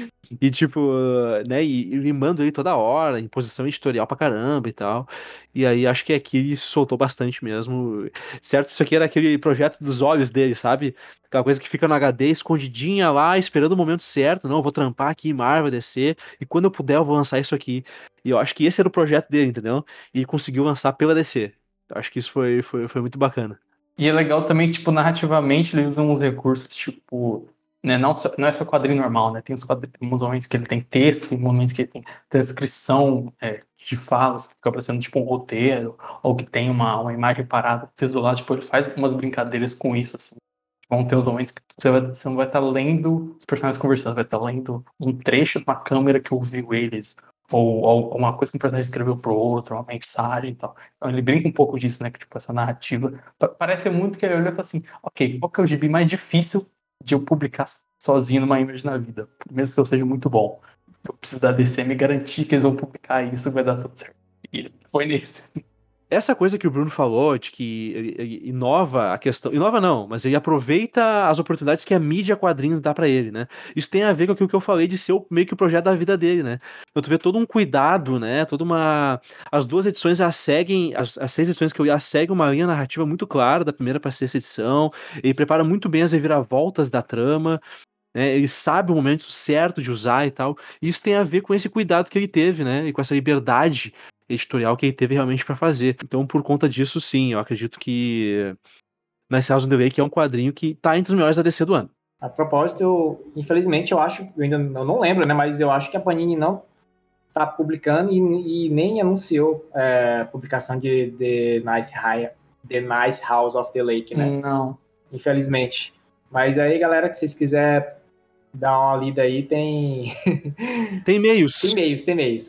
E tipo, né, e, e limando ele toda hora, em posição editorial pra caramba e tal. E aí acho que aqui ele se soltou bastante mesmo. Certo, isso aqui era aquele projeto dos olhos dele, sabe? Aquela coisa que fica no H D escondidinha lá, esperando o momento certo. Não, eu vou trampar aqui em Marvel, D C, e quando eu puder eu vou lançar isso aqui. E eu acho que esse era o projeto dele, entendeu? E ele conseguiu lançar pela D C. Eu acho que isso foi, foi, foi muito bacana. E é legal também que, tipo, narrativamente ele usa uns recursos, tipo, né, não, só, não é só quadrinho normal, né? Tem uns, quadrinhos, uns momentos que ele tem texto, tem momentos que ele tem transcrição é, de falas, que fica parecendo tipo um roteiro, ou que tem uma, uma imagem parada, fez do lado, tipo, ele faz umas brincadeiras com isso, assim. Vão ter uns momentos que você, vai, você não vai estar lendo os personagens conversando, vai estar lendo um trecho de uma câmera que ouviu eles, ou, ou uma coisa que um personagem escreveu pro outro, uma mensagem e tal. Então ele brinca um pouco disso, né? Que tipo, essa narrativa. Parece muito que ele olha e fala assim, ok, qual que é o gibi mais difícil de eu publicar sozinho numa Image na vida? Mesmo que eu seja muito bom. Eu preciso da D C me garantir que eles vão publicar isso e vai dar tudo certo. E ele foi nesse. Essa coisa que o Bruno falou, de que ele, ele inova a questão. Inova não, mas ele aproveita as oportunidades que a mídia quadrinhos dá pra ele, né? Isso tem a ver com aquilo que eu falei de ser o, meio que o projeto da vida dele, né? Então tu vê todo um cuidado, né? Toda uma. As duas edições já seguem. As, as seis edições que eu ia seguem uma linha narrativa muito clara, da primeira pra sexta edição. Ele prepara muito bem as reviravoltas da trama. Né, ele sabe o momento certo de usar e tal. E isso tem a ver com esse cuidado que ele teve, né? E com essa liberdade editorial que ele teve realmente para fazer. Então, por conta disso, sim, eu acredito que Nice House on the Lake é um quadrinho que tá entre os melhores da D C do ano. A propósito, eu, infelizmente, eu acho, eu ainda eu não lembro, né? Mas eu acho que a Panini não tá publicando e, e nem anunciou é, publicação de The Nice, High, The Nice House of the Lake, né? Não. Infelizmente. Mas aí, galera, que vocês quiserem dar uma lida aí, tem... Tem e-mails. Tem e-mails, tem e-mails.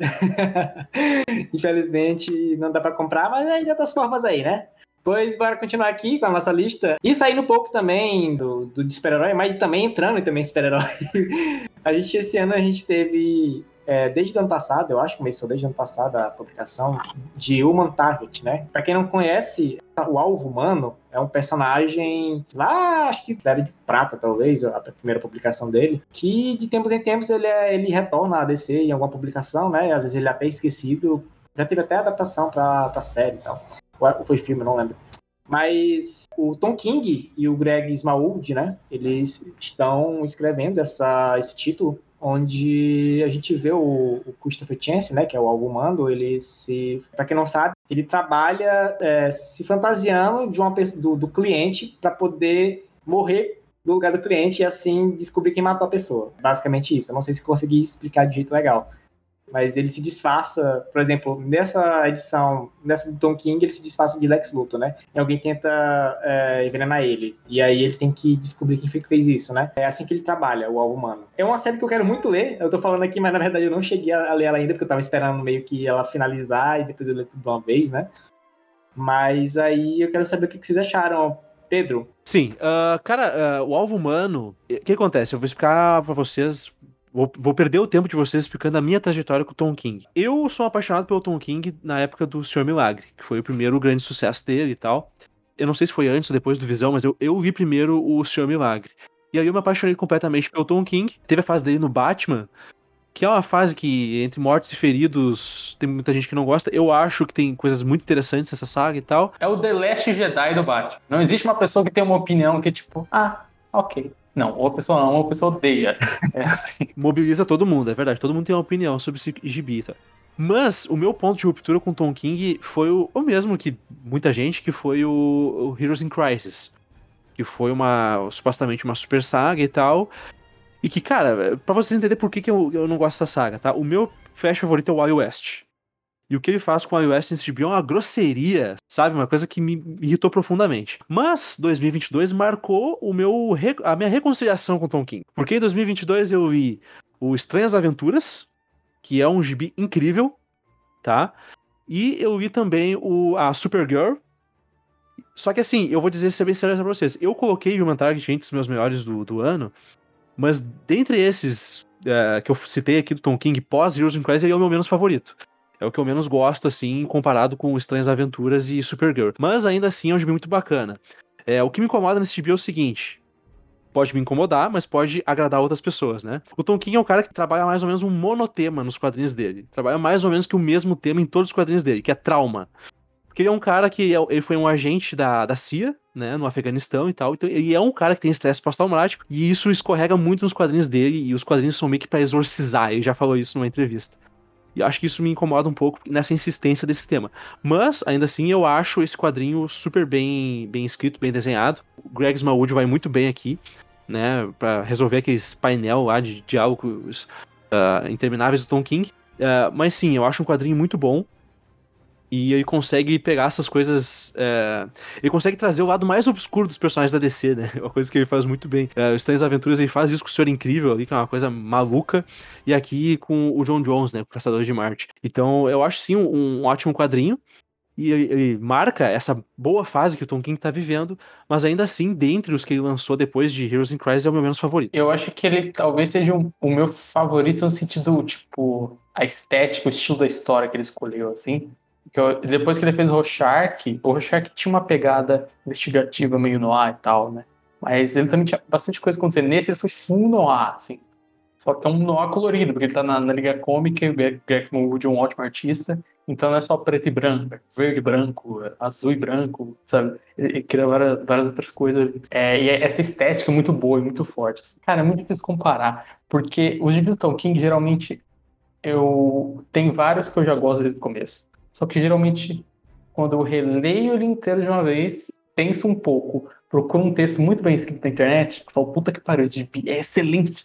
Infelizmente, não dá pra comprar, mas aí de outras formas aí, né? Pois, bora continuar aqui com a nossa lista. E saindo um pouco também do, do de super-herói, mas também entrando em também super-herói. A gente, esse ano, a gente teve... É, desde o ano passado, eu acho que começou desde o ano passado a publicação de Human Target, né? Pra quem não conhece, o Alvo Humano é um personagem lá, acho que era de prata, talvez, a primeira publicação dele, que de tempos em tempos ele, é, ele retorna a D C em alguma publicação, né? Às vezes ele é até esquecido, já teve até adaptação pra, pra série e tal. Ou foi filme, não lembro. Mas o Tom King e o Greg Smallwood, né? Eles estão escrevendo essa, esse título, onde a gente vê o, o Christopher Chance, né, que é o Alvo Humano, ele se, para quem não sabe, ele trabalha é, se fantasiando de uma pessoa, do, do cliente para poder morrer no lugar do cliente e assim descobrir quem matou a pessoa. Basicamente isso. Eu não sei se consegui explicar de jeito legal. Mas ele se disfarça, por exemplo, nessa edição, nessa do Tom King, ele se disfarça de Lex Luthor, né? E alguém tenta é, envenenar ele. E aí ele tem que descobrir quem foi que fez isso, né? É assim que ele trabalha, o Alvo Humano. É uma série que eu quero muito ler. Eu tô falando aqui, mas na verdade eu não cheguei a ler ela ainda, porque eu tava esperando meio que ela finalizar e depois eu ler tudo de uma vez, né? Mas aí eu quero saber o que vocês acharam, Pedro. Sim, uh, cara, uh, o alvo humano, o que acontece? Eu vou explicar pra vocês, vou, vou perder o tempo de vocês explicando a minha trajetória com o Tom King. Eu sou apaixonado pelo Tom King na época do Senhor Milagre, que foi o primeiro grande sucesso dele e tal. Eu não sei se foi antes ou depois do Visão, mas eu, eu li primeiro o Senhor Milagre. E aí eu me apaixonei completamente pelo Tom King. Teve a fase dele no Batman, que é uma fase que, entre mortos e feridos, tem muita gente que não gosta. Eu acho que tem coisas muito interessantes nessa saga e tal. É o The Last Jedi do Batman. Não existe uma pessoa que tem uma opinião que é tipo, ah, ok. Não, uma pessoa não, uma pessoa odeia. É assim. Mobiliza todo mundo, é verdade. Todo mundo tem uma opinião sobre esse gibi, tá? Mas o meu ponto de ruptura com Tom King foi o, o mesmo que muita gente, que foi o, o Heroes in Crisis. Que foi uma, supostamente uma super saga e tal. E que, cara, pra vocês entenderem por que, que eu, eu não gosto dessa saga, tá? O meu Flash favorito é o Wally West. E o que ele faz com o Wally West nesse gibi é uma grosseria, sabe? Uma coisa que me irritou profundamente. Mas dois mil e vinte e dois marcou o meu, a minha reconciliação com Tom King. Porque em dois mil e vinte e dois eu vi o Estranhas Aventuras, que é um gibi incrível, tá? E eu vi também o, a Supergirl. Só que assim, eu vou dizer ser bem sério pra vocês. Eu coloquei Human Target entre os meus melhores do, do ano, mas dentre esses uh, que eu citei aqui do Tom King pós Heroes in Crisis, ele é o meu menos favorito. É o que eu menos gosto, assim, comparado com Estranhas Aventuras e Supergirl. Mas ainda assim é um gibi muito bacana. É, o que me incomoda nesse gibi é o seguinte: pode me incomodar, mas pode agradar outras pessoas, né? O Tom King é um cara que trabalha mais ou menos um monotema nos quadrinhos dele. Trabalha mais ou menos que o mesmo tema em todos os quadrinhos dele, que é trauma. Porque ele é um cara que ele foi um agente da, da C I A, né, no Afeganistão e tal. Então ele é um cara que tem estresse pós-traumático e isso escorrega muito nos quadrinhos dele e os quadrinhos são meio que pra exorcizar. Ele já falou isso numa entrevista. E eu acho que isso me incomoda um pouco nessa insistência desse tema. Mas, ainda assim, eu acho esse quadrinho super bem, bem escrito, bem desenhado. O Greg Smallwood vai muito bem aqui, né, pra resolver aqueles painel lá de diálogos uh, intermináveis do Tom King. Uh, mas sim, eu acho um quadrinho muito bom. E ele consegue pegar essas coisas... É... Ele consegue trazer o lado mais obscuro dos personagens da D C, né? Uma coisa que ele faz muito bem. É, o Estranhas Aventuras, ele faz isso com o Senhor Incrível ali, que é uma coisa maluca. E aqui com o John Jones, né? O Caçador de Marte. Então, eu acho sim um, um ótimo quadrinho. E ele, ele marca essa boa fase que o Tom King tá vivendo. Mas ainda assim, dentre os que ele lançou depois de Heroes in Crisis, é o meu menos favorito. Eu acho que ele talvez seja um, o meu favorito no sentido, tipo... A estética, o estilo da história que ele escolheu, assim... Eu, depois que ele fez o Rorschach, o Rorschach tinha uma pegada investigativa meio noir e tal, né? Mas ele também tinha bastante coisa acontecendo. Nesse ele foi full noir, assim. Só que é um noir colorido, porque ele tá na, na Liga Cômica e o Greg Smallwood é um ótimo artista. Então não é só preto e branco, é verde e branco, azul e branco, sabe? Ele, ele cria várias, várias outras coisas. É, e essa estética é muito boa e muito forte. Assim. Cara, é muito difícil comparar, porque os gibis do Tom King, geralmente, eu tem vários que eu já gosto desde o começo. Só que geralmente, quando eu releio ele inteiro de uma vez, penso um pouco, procuro um texto muito bem escrito na internet, que falo, puta que pariu, esse gibi é excelente.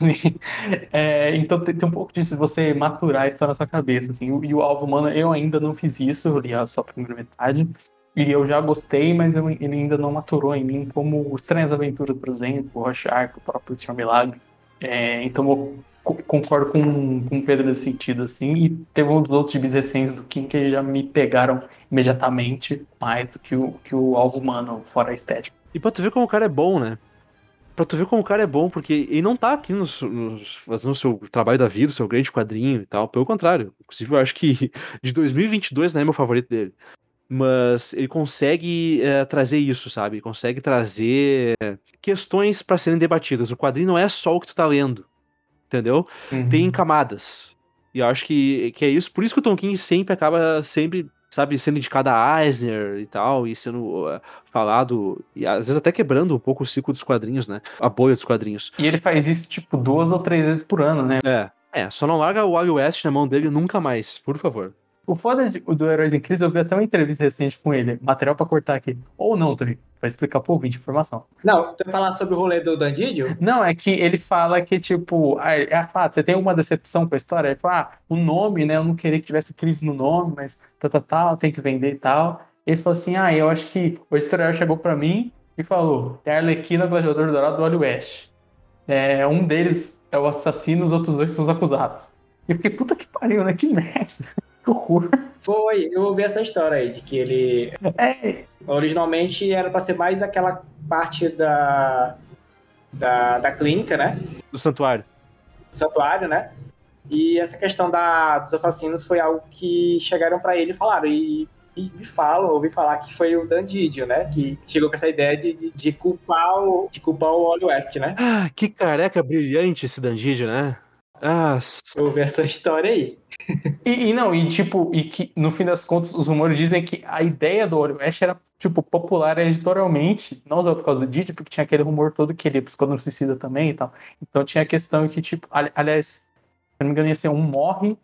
É, então tem, tem um pouco disso, de você maturar a história na sua cabeça. Assim. E o Alvo Humano, eu ainda não fiz isso, eu li só a primeira metade. E eu já gostei, mas eu, ele ainda não maturou em mim, como Estranhas Aventuras, por exemplo, o Rorschach, o próprio Senhor Milagre. É, então eu concordo com, com o Pedro nesse sentido, assim, e teve um dos outros gibis recentes do King que já me pegaram imediatamente mais do que o, que o Alvo Humano, fora a estética. E pra tu ver como o cara é bom, né? Pra tu ver como o cara é bom, porque ele não tá aqui nos, nos, fazendo o seu trabalho da vida, o seu grande quadrinho e tal, pelo contrário. Inclusive, eu acho que de dois mil e vinte e dois não é meu favorito dele. Mas ele consegue é, trazer isso, sabe? Ele consegue trazer questões pra serem debatidas. O quadrinho não é só o que tu tá lendo. Entendeu? Uhum. Tem camadas. E eu acho que, que é isso. Por isso que o Tom King sempre acaba, sempre, sabe, sendo indicado a Eisner e tal, e sendo uh, falado, e às vezes até quebrando um pouco o ciclo dos quadrinhos, né? A bolha dos quadrinhos. E ele faz isso, tipo, duas ou três vezes por ano, né? É. É, só não larga o Wally West na mão dele nunca mais, por favor. O foda de, do Heróis em Crise, eu vi até uma entrevista recente com ele, material pra cortar aqui. Ou não, também, pra explicar pro ouvinte informação. Não, tu vai falar sobre o rolê do Dandidio? Não, é que ele fala que, tipo, é a fato, você tem alguma decepção com a história? Ele fala, ah, o nome, né, eu não queria que tivesse crise no nome, mas tal, tal, tal, tem que vender e tal. Ele falou assim, ah, eu acho que o editorial chegou pra mim e falou, tem a Arlequina, Gladiador Dourado do Wally West. É, um deles é o assassino, os outros dois são os acusados. E eu fiquei, puta que pariu, né, que merda. Que horror. Foi, eu ouvi essa história aí, de que ele É. originalmente era pra ser mais aquela parte da, da, da clínica, né? Do santuário. Do santuário, né? E essa questão da, dos assassinos foi algo que chegaram pra ele e falaram. E, e me falam, ouvi falar que foi o Dan Didio, né? Que chegou com essa ideia de, de, de culpar o, de culpar o Wally West, né? Ah, que careca brilhante esse Dandidio, né? Ah, Eu ouvi essa história aí. E, e não, e tipo, e que no fim das contas os rumores dizem que a ideia do Wally West era, tipo, popular editorialmente, não só por causa do Didi, porque tinha aquele rumor todo que ele ia pro Esquadrão Suicida também e tal. Então tinha a questão que, tipo, ali, aliás, se não me engano, ia ser um morre,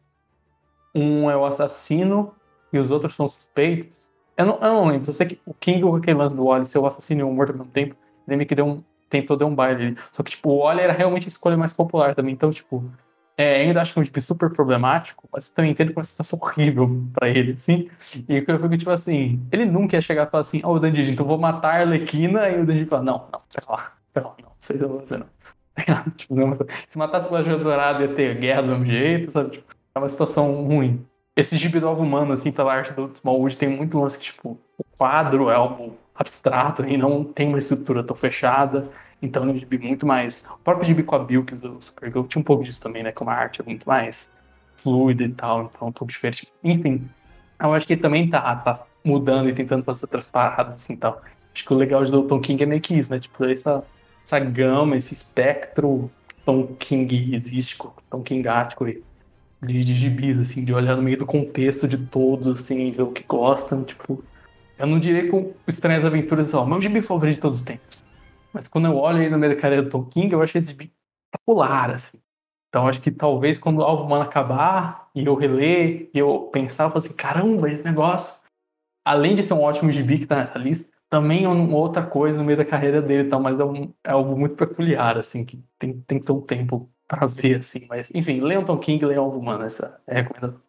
um é o assassino e os outros são suspeitos. Eu não, eu não lembro, eu sei que o King com aquele lance do Wally ser o assassino e o morto ao mesmo tempo, ele meio que deu um, tentou dar um baile ali. Só que, tipo, o Wally era realmente a escolha mais popular também, então, tipo. É, ainda acho que é um tipo super problemático, mas eu também entendo que é uma situação horrível pra ele, assim. E eu fico, tipo assim, ele nunca ia chegar e falar assim, ó, oh, o Dandy, então vou matar a Arlequina, e o Dandy fala, não, não, pera lá, pera lá, não, isso aí eu não vou fazer, não. Tipo, não. Se matasse o Lajão Dourado ia ter guerra do mesmo jeito, sabe? Tipo, é uma situação ruim. Esse gibi do Alvo Humano, assim, pela arte do Smallwood, tem muito lance que, tipo, o quadro é algo abstrato e não tem uma estrutura tão fechada. Então é um gibi muito mais... O próprio gibi com a Bilk do Supergirl tinha um pouco disso também, né? Que uma arte muito mais fluida e tal, então um pouco diferente. Enfim, eu acho que ele também tá, tá mudando e tentando fazer outras paradas assim e tal. Acho que o legal de Tom King é meio que isso, né? Tipo, essa, essa gama, esse espectro Tom Kingístico, Tom Kingático aí, de, de gibis, assim, de olhar no meio do contexto de todos, assim, ver o que gostam, tipo... Eu não diria que o Estranhas Aventuras é o meu gibi favorito de todos os tempos. Mas quando eu olho aí no meio da carreira do Tom King, eu acho esse gibi espetacular, assim. Então acho que talvez quando o Alvo Humano acabar, e eu reler, e eu pensar, eu falo assim, caramba, esse negócio, além de ser um ótimo gibi que tá nessa lista, também é uma outra coisa no meio da carreira dele e tal, mas é, um, é algo muito peculiar, assim, que tem, tem que ter um tempo pra ver, assim. Mas, enfim, leiam Tom King, leiam Alvo Humano, essa é a recomendação.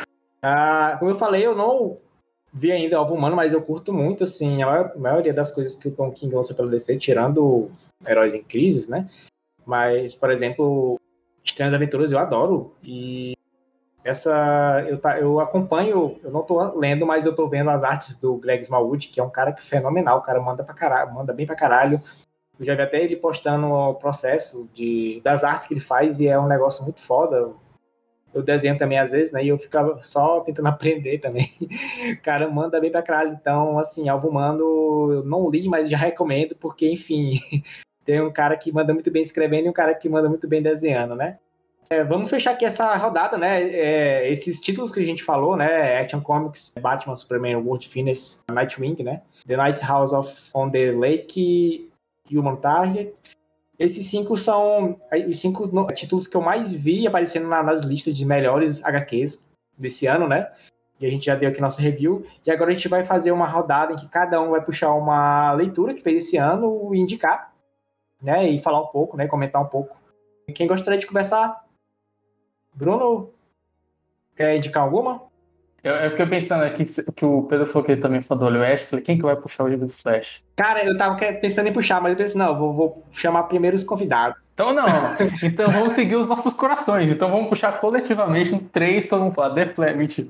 Ah, como eu falei, eu não vi ainda Alvo Humano, mas eu curto muito, assim, a maior, maioria das coisas que o Tom King lançou pela D C, tirando Heróis em Crise, né? Mas, por exemplo, Estranhas Aventuras eu adoro, e essa, eu, tá, eu acompanho, eu não tô lendo, mas eu tô vendo as artes do Greg Smallwood, que é um cara que é fenomenal, o cara manda pra caralho, manda bem pra caralho. Eu já vi até ele postando o processo de, das artes que ele faz, e é um negócio muito foda. Eu desenho também às vezes, né? E eu ficava só tentando aprender também. O cara manda bem pra caralho. Então, assim, Alvo Humano eu não li, mas já recomendo, porque, enfim, tem um cara que manda muito bem escrevendo e um cara que manda muito bem desenhando, né? É, vamos fechar aqui essa rodada, né? É, esses títulos que a gente falou, né? Action Comics, Batman, Superman, World Finesse, Nightwing, né? The Nice House of on the Lake, Human Target. Esses cinco são os cinco títulos que eu mais vi aparecendo na, nas listas de melhores H Qs desse ano, né? E a gente já deu aqui nosso review. E agora a gente vai fazer uma rodada em que cada um vai puxar uma leitura que fez esse ano e indicar, né? E falar um pouco, né? Comentar um pouco. Quem gostaria de começar? Bruno, quer indicar alguma? Eu, eu fiquei pensando aqui que, que o Pedro falou que ele também falou do Wally West. Falei, quem que vai puxar o livro do Flash? Cara, eu tava pensando em puxar, mas eu pensei, não, vou, vou chamar primeiro os convidados. Então não, então vamos seguir os nossos corações. Então vamos puxar coletivamente no três, todo mundo fala, The Flash, mentira.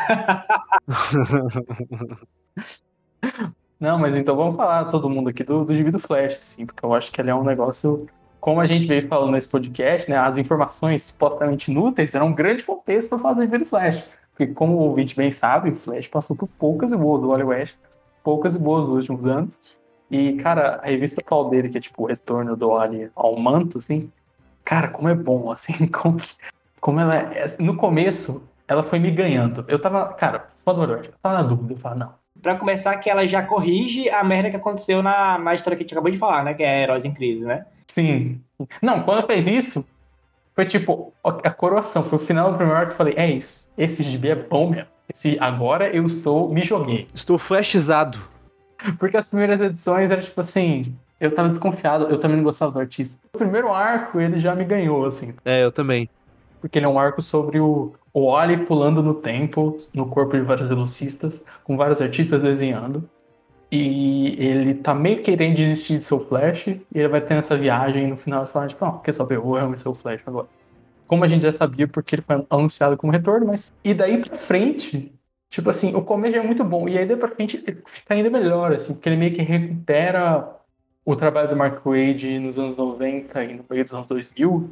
Não, mas então vamos falar todo mundo aqui do, do gibi do Flash, assim, porque eu acho que ele é um negócio, como a gente veio falando nesse podcast, né, as informações supostamente inúteis eram um grande contexto para falar do gibi do Flash. Porque como o ouvinte bem sabe, o Flash passou por poucas e boas do Wally West, poucas e boas nos últimos anos. E, cara, a revista atual dele, que é tipo o retorno do Wally ao manto, assim, cara, como é bom, assim, como, como ela é. No começo, ela foi me ganhando. Eu tava, cara, foda o eu tava na dúvida, eu falava, não. Pra começar, que ela já corrige a merda que aconteceu na, na história que a gente acabou de falar, né? Que é Heróis em Crise, né? Sim. Não, quando ela fez isso, foi tipo, a coroação, foi o final do primeiro arco que eu falei, é isso, esse gibi é bom mesmo. Esse, agora eu estou, me joguei. Estou flashizado. Porque as primeiras edições eram tipo assim, eu tava desconfiado, eu também não gostava do artista. O primeiro arco, ele já me ganhou, assim. É, eu também. Porque ele é um arco sobre o, o Wally pulando no tempo, no corpo de vários velocistas, com vários artistas desenhando. E ele tá meio querendo desistir de seu Flash, e ele vai ter essa viagem e no final ele fala, tipo, não, quer saber, eu vou realmente ser o Flash agora. como a gente já sabia, porque ele foi anunciado como retorno, mas... E daí pra frente, tipo assim, o começo já é muito bom, e aí daí pra frente ele fica ainda melhor, assim, porque ele meio que recupera o trabalho do Mark Waid nos anos noventa e no meio dos anos dois mil,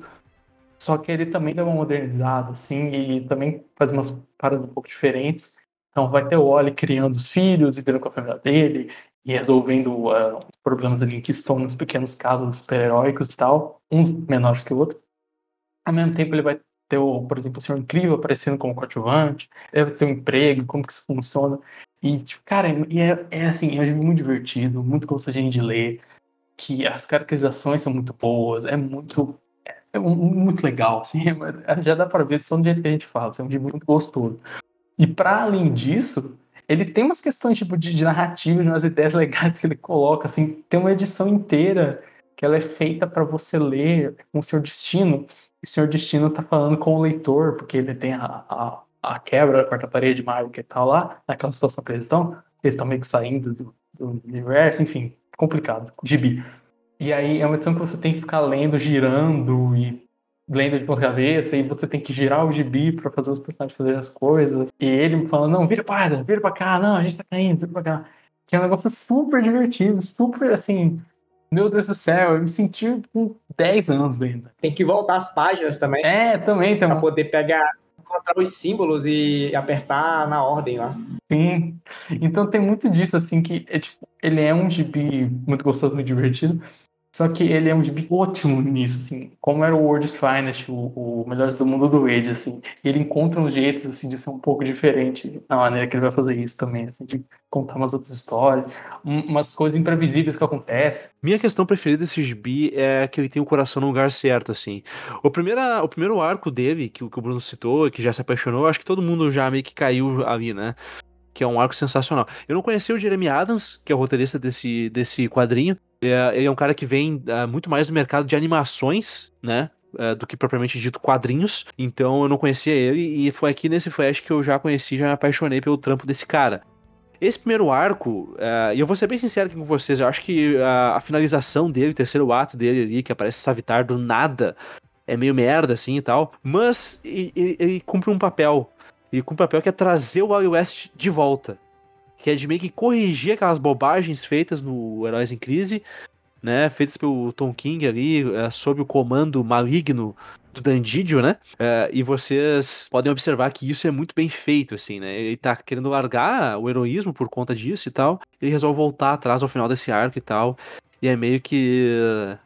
só que ele também dá uma modernizada, assim, e também faz umas paradas um pouco diferentes. Então vai ter o Wally criando os filhos, vivendo com a família dele, e resolvendo uh, os problemas ali que estão nos pequenos casos super-heróicos e tal, uns menores que o outro. Ao mesmo tempo ele vai ter, o, por exemplo, o Senhor Incrível aparecendo como coadjuvante, deve ter um emprego, como que isso funciona. E, tipo, cara, e é, é assim, é um jogo muito divertido, muito gostosinho de ler, que as caracterizações são muito boas, é muito... É muito legal, assim, já dá pra ver só do jeito que a gente fala, é um jogo muito gostoso. E para além disso, ele tem umas questões tipo de, de narrativa, de umas ideias legais que ele coloca, assim, tem uma edição inteira que ela é feita para você ler com o Senhor Destino, e o Senhor Destino tá falando com o leitor, porque ele tem a, a, a quebra da quarta parede mágica e tal lá, naquela situação que eles estão, eles estão meio que saindo do, do universo, enfim, complicado, gibi. E aí é uma edição que você tem que ficar lendo, girando e lendo de ponta cabeça, e você tem que girar o gibi pra fazer os personagens fazerem as coisas. E ele falando, não, vira pra, vira pra cá, não, a gente tá caindo, vira pra cá. Que é um negócio super divertido, super assim, meu Deus do céu, eu me senti com dez anos ainda. Tem que voltar as páginas também. É, também tem pra uma... poder pegar, encontrar os símbolos e apertar na ordem lá. Sim. Então tem muito disso, assim, que é, tipo, ele é um gibi muito gostoso, muito divertido. Só que ele é um gibi ótimo nisso, assim, como era o World's Finest, o, o Melhores do Mundo do Wade, assim, e ele encontra uns jeitos, assim, de ser um pouco diferente na maneira que ele vai fazer isso também, assim, de contar umas outras histórias, um, umas coisas imprevisíveis que acontecem. Minha questão preferida desse gibi é que ele tem o coração no lugar certo, assim. O primeiro, o primeiro arco dele, que, que o Bruno citou, que já se apaixonou, acho que todo mundo já meio que caiu ali, né? Que é um arco sensacional. Eu não conhecia o Jeremy Adams, que é o roteirista desse, desse quadrinho. Ele é um cara que vem uh, muito mais do mercado de animações, né? Uh, do que propriamente dito quadrinhos. Então eu não conhecia ele. E foi aqui nesse Flash que eu já conheci, já me apaixonei pelo trampo desse cara. Esse primeiro arco, uh, e eu vou ser bem sincero aqui com vocês, eu acho que uh, a finalização dele, o terceiro ato dele ali, que aparece Savitar do nada, é meio merda assim e tal. Mas ele, ele, ele cumpre um papel. E com o papel que é trazer o Wally West de volta. Que é de meio que corrigir aquelas bobagens feitas no Heróis em Crise, né? Feitas pelo Tom King ali, é, sob o comando maligno do Dan Didio, né? É, e vocês podem observar que isso é muito bem feito, assim, né? Ele tá querendo largar o heroísmo por conta disso e tal. Ele resolve voltar atrás ao final desse arco e tal. E é meio que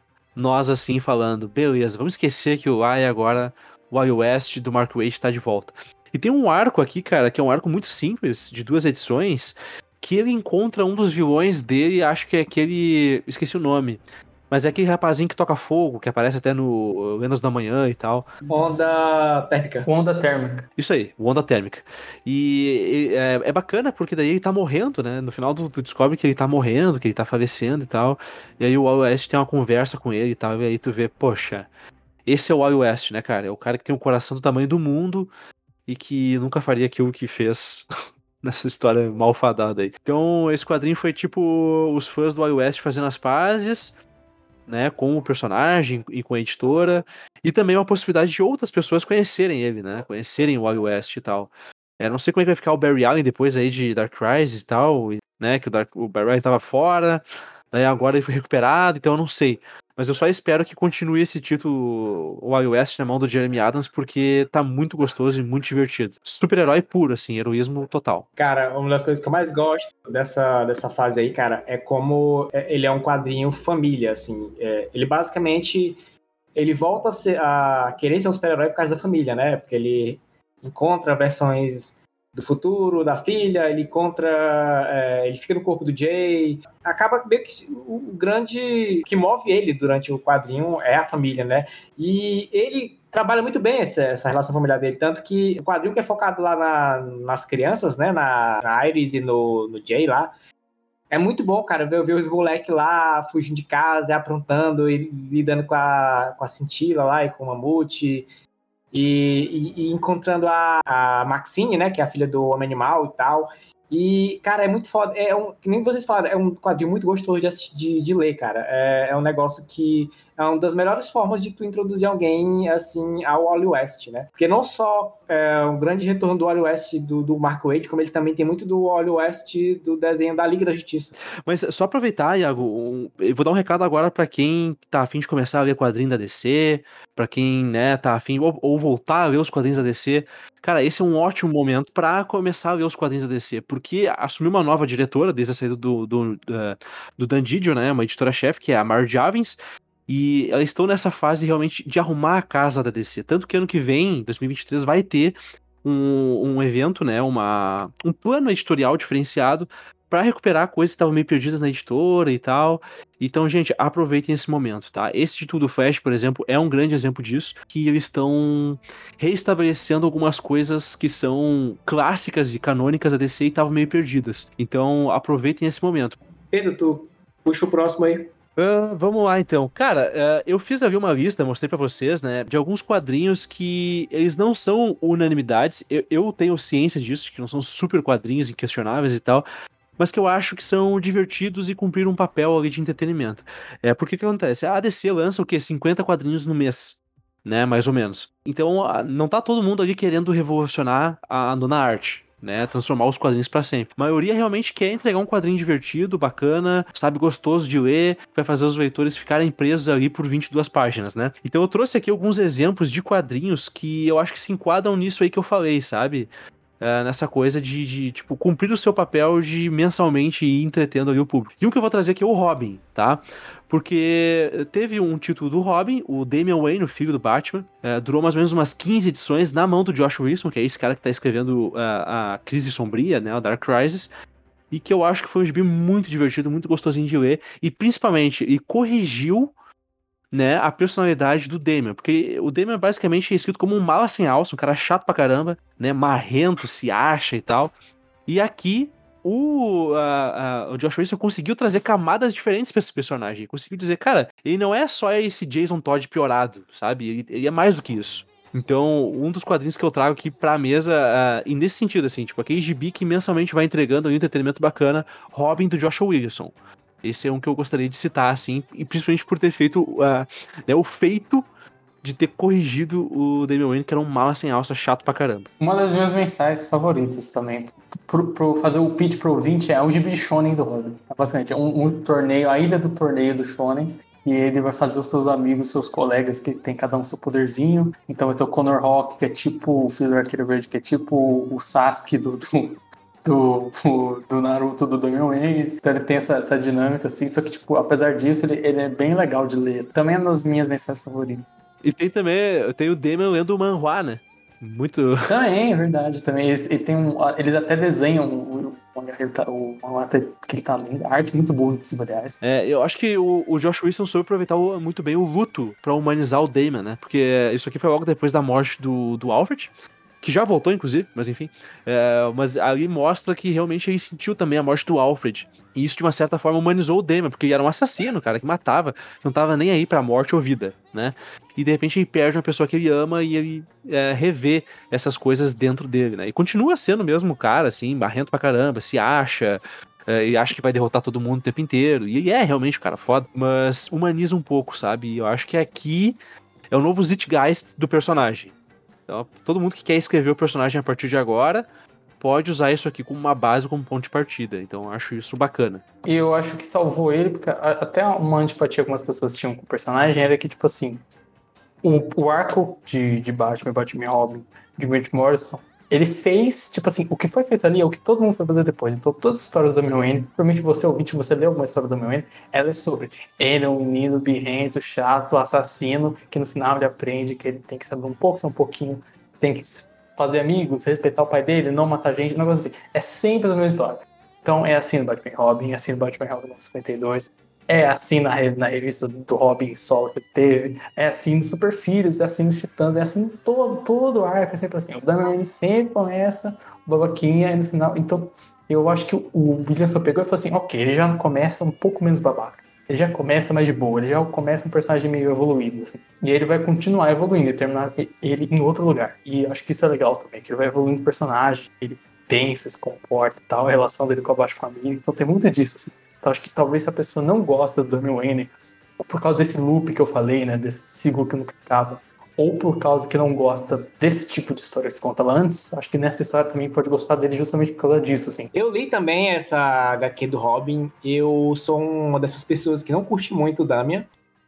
nós, assim, falando, beleza, vamos esquecer que o Wally agora, o Wally West do Mark Waid tá de volta. E tem um arco aqui, cara, que é um arco muito simples, de duas edições, que ele encontra um dos vilões dele, acho que é aquele... esqueci o nome. Mas é aquele rapazinho que toca fogo, que aparece até no Lendas da Manhã e tal. Onda térmica. Onda térmica. Isso aí, o Onda Térmica. E, e é, é bacana porque daí ele tá morrendo, né? No final tu, tu descobre que ele tá morrendo, que ele tá falecendo e tal. E aí o Wally West tem uma conversa com ele e tal, e aí tu vê, poxa, esse é o Wally West, né, cara? É o cara que tem um coração do tamanho do mundo e que nunca faria aquilo que fez nessa história malfadada aí. Então, esse quadrinho foi tipo os fãs do Wally West fazendo as pazes, né, com o personagem e com a editora, e também uma possibilidade de outras pessoas conhecerem ele, né, conhecerem o Wally West e tal. Eu não sei como é que vai ficar o Barry Allen depois aí de Dark Crisis e tal, né, que o, Dark, o Barry Allen tava fora, daí agora ele foi recuperado, então eu não sei. Mas eu só espero que continue esse título, o Wally West, na mão do Jeremy Adams, porque tá muito gostoso e muito divertido. Super-herói puro, assim, heroísmo total. Cara, uma das coisas que eu mais gosto dessa, dessa fase aí, cara, é como ele é um quadrinho família, assim. É, ele basicamente, ele volta a, ser, a querer ser um super-herói por causa da família, né? Porque ele encontra versões do futuro, da filha, ele encontra, é, ele fica no corpo do Jay, acaba meio que o grande que move ele durante o quadrinho é a família, né? E ele trabalha muito bem essa, essa relação familiar dele, tanto que o quadrinho que é focado lá na, nas crianças, né, na, na Iris e no, no Jay lá, é muito bom, cara, ver, ver os moleques lá fugindo de casa, aprontando e lidando com a, com a Cintila lá e com o Mamute. E, e, e encontrando a, a Maxine, né, que é a filha do Homem-Animal e tal. E, cara, é muito foda. É um, que nem vocês falaram, é um quadrinho muito gostoso de, assistir, de, de ler, cara. É, é um negócio que é uma das melhores formas de tu introduzir alguém, assim, ao Wally West, né? Porque não só é um grande retorno do Wally West do, do Mark Waid, como ele também tem muito do Wally West do desenho da Liga da Justiça. Mas só aproveitar, Iago, um, eu vou dar um recado agora pra quem tá afim de começar a ler quadrinho da D C, pra quem, né, tá afim, ou, ou voltar a ler os quadrinhos da D C. Cara, esse é um ótimo momento pra começar a ler os quadrinhos da D C, porque assumiu uma nova diretora desde a saída do, do, do, do Dan Didio, né, uma editora-chefe, que é a Marge Avins, e elas estão nessa fase realmente de arrumar a casa da D C. Tanto que ano que vem, dois mil e vinte e três, vai ter um, um evento, né, uma, um plano editorial diferenciado para recuperar coisas que estavam meio perdidas na editora e tal. Então, gente, aproveitem esse momento, tá? Esse título do Flash, por exemplo, é um grande exemplo disso, que eles estão reestabelecendo algumas coisas que são clássicas e canônicas da D C e estavam meio perdidas. Então, aproveitem esse momento. Pedro, tu puxa o próximo aí. Uh, vamos lá, então. Cara, uh, eu fiz ali uma lista, mostrei pra vocês, né, de alguns quadrinhos que eles não são unanimidades. Eu, eu tenho ciência disso, que não são super quadrinhos inquestionáveis e tal, mas que eu acho que são divertidos e cumpriram um papel ali de entretenimento. É, porque que acontece? A D C lança o quê? cinquenta quadrinhos no mês, né, mais ou menos. Então, não tá todo mundo ali querendo revolucionar a nona arte, né, transformar os quadrinhos pra sempre. A maioria realmente quer entregar um quadrinho divertido, bacana, sabe, gostoso de ler, vai fazer os leitores ficarem presos ali por vinte e duas páginas, né? Então eu trouxe aqui alguns exemplos de quadrinhos que eu acho que se enquadram nisso aí que eu falei, sabe? Uh, nessa coisa de, de, tipo, cumprir o seu papel de mensalmente ir entretendo ali o público. E um que eu vou trazer aqui é o Robin, tá? Porque teve um título do Robin, o Damian Wayne, o filho do Batman, uh, durou mais ou menos umas quinze edições na mão do Josh Wilson, que é esse cara que tá escrevendo uh, a Crise Sombria, né, a Dark Crisis, e que eu acho que foi um gibi muito divertido, muito gostosinho de ler, e principalmente, ele corrigiu, né, a personalidade do Damian, porque o Damian basicamente é escrito como um mala sem alça, um cara chato pra caramba, né, marrento, se acha e tal, e aqui o, a, a, o Josh Wilson conseguiu trazer camadas diferentes pra esse personagem, conseguiu dizer, cara, ele não é só esse Jason Todd piorado, sabe, ele, ele é mais do que isso. Então, um dos quadrinhos que eu trago aqui pra mesa, uh, e nesse sentido, assim, tipo, aquele gibi que mensalmente vai entregando um entretenimento bacana, Robin do Joshua Williamson. Esse é um que eu gostaria de citar, assim, e principalmente por ter feito uh, né, o feito de ter corrigido o Damian Wayne, que era um mala sem alça chato pra caramba. Uma das minhas mensagens favoritas também, pro, pro fazer o pitch pro ouvinte, é um gibi de Shonen do Robin. É basicamente um, um torneio, a ilha do torneio do Shonen, e ele vai fazer os seus amigos, seus colegas, que tem cada um seu poderzinho. Então vai ter o Connor Hawk, que é tipo o filho do Arqueiro Verde, que é tipo o Sasuke do... do... Do, do Naruto, do Damian Wayne. Então ele tem essa, essa dinâmica, assim. Só que, tipo, apesar disso, ele, ele é bem legal de ler. Também é uma das minhas mensagens favoritas. E tem também, tem o Damian lendo o manhwa, né? Muito... Também, é verdade. Também. Eles, ele tem um, eles até desenham o, o, o manhwa que ele tá lendo. A arte muito boa, inclusive, aliás. É, eu acho que o, o Josh Wilson soube aproveitar o, muito bem o luto pra humanizar o Damian, né? Porque isso aqui foi logo depois da morte do, do Alfred, que já voltou, inclusive, mas enfim. É, mas ali mostra que realmente ele sentiu também a morte do Alfred. E isso, de uma certa forma, humanizou o Damian, porque ele era um assassino, cara, que matava, que não tava nem aí pra morte ou vida, né? E, de repente, ele perde uma pessoa que ele ama e ele é, revê essas coisas dentro dele, né? E continua sendo o mesmo cara, assim, barrento pra caramba, se acha... É, e acha que vai derrotar todo mundo o tempo inteiro. E ele é realmente um cara foda, mas humaniza um pouco, sabe? E eu acho que aqui é o novo Zeitgeist do personagem. Então, todo mundo que quer escrever o personagem a partir de agora pode usar isso aqui como uma base, como ponto de partida. Então, eu acho isso bacana. E eu acho que salvou ele, porque até uma antipatia que algumas pessoas tinham com o personagem era que, tipo assim, o, o arco de, de Batman, Batman e Robin, de Grant Morrison, ele fez, tipo assim, o que foi feito ali é o que todo mundo foi fazer depois. Então, todas as histórias do Damian Wayne, provavelmente você ouvinte, você leu alguma história do Damian Wayne, ela é sobre ele é um menino birrento, chato, assassino, que no final ele aprende que ele tem que saber um pouco, ser um pouquinho, tem que fazer amigos, respeitar o pai dele, não matar gente, um negócio assim. É sempre a mesma história. Então, é assim no Batman e Robin, é assim no Batman e Robin cinquenta e dois, é assim na, na revista do Robin solo que teve, é assim nos Super Filhos, é assim nos Titãs, é assim em todo, todo o arco, é sempre assim. O Damian Wayne sempre começa babaquinha e no final... Então, eu acho que o William só pegou e falou assim, ok, ele já começa um pouco menos babaca. Ele já começa mais de boa, ele já começa um personagem meio evoluído, assim. E ele vai continuar evoluindo e terminar ele em outro lugar. E acho que isso é legal também, que ele vai evoluindo o personagem, ele pensa, se comporta e tal, a relação dele com a Baixa Família. Então tem muito disso, assim. Então acho que talvez se a pessoa não gosta do Damian Wayne, por causa desse loop que eu falei, né, desse ciclo que nunca acaba, ou por causa que não gosta desse tipo de história que você contava antes, acho que nessa história também pode gostar dele justamente por causa disso, assim. Eu li também essa agá quê do Robin, eu sou uma dessas pessoas que não curte muito o Damian,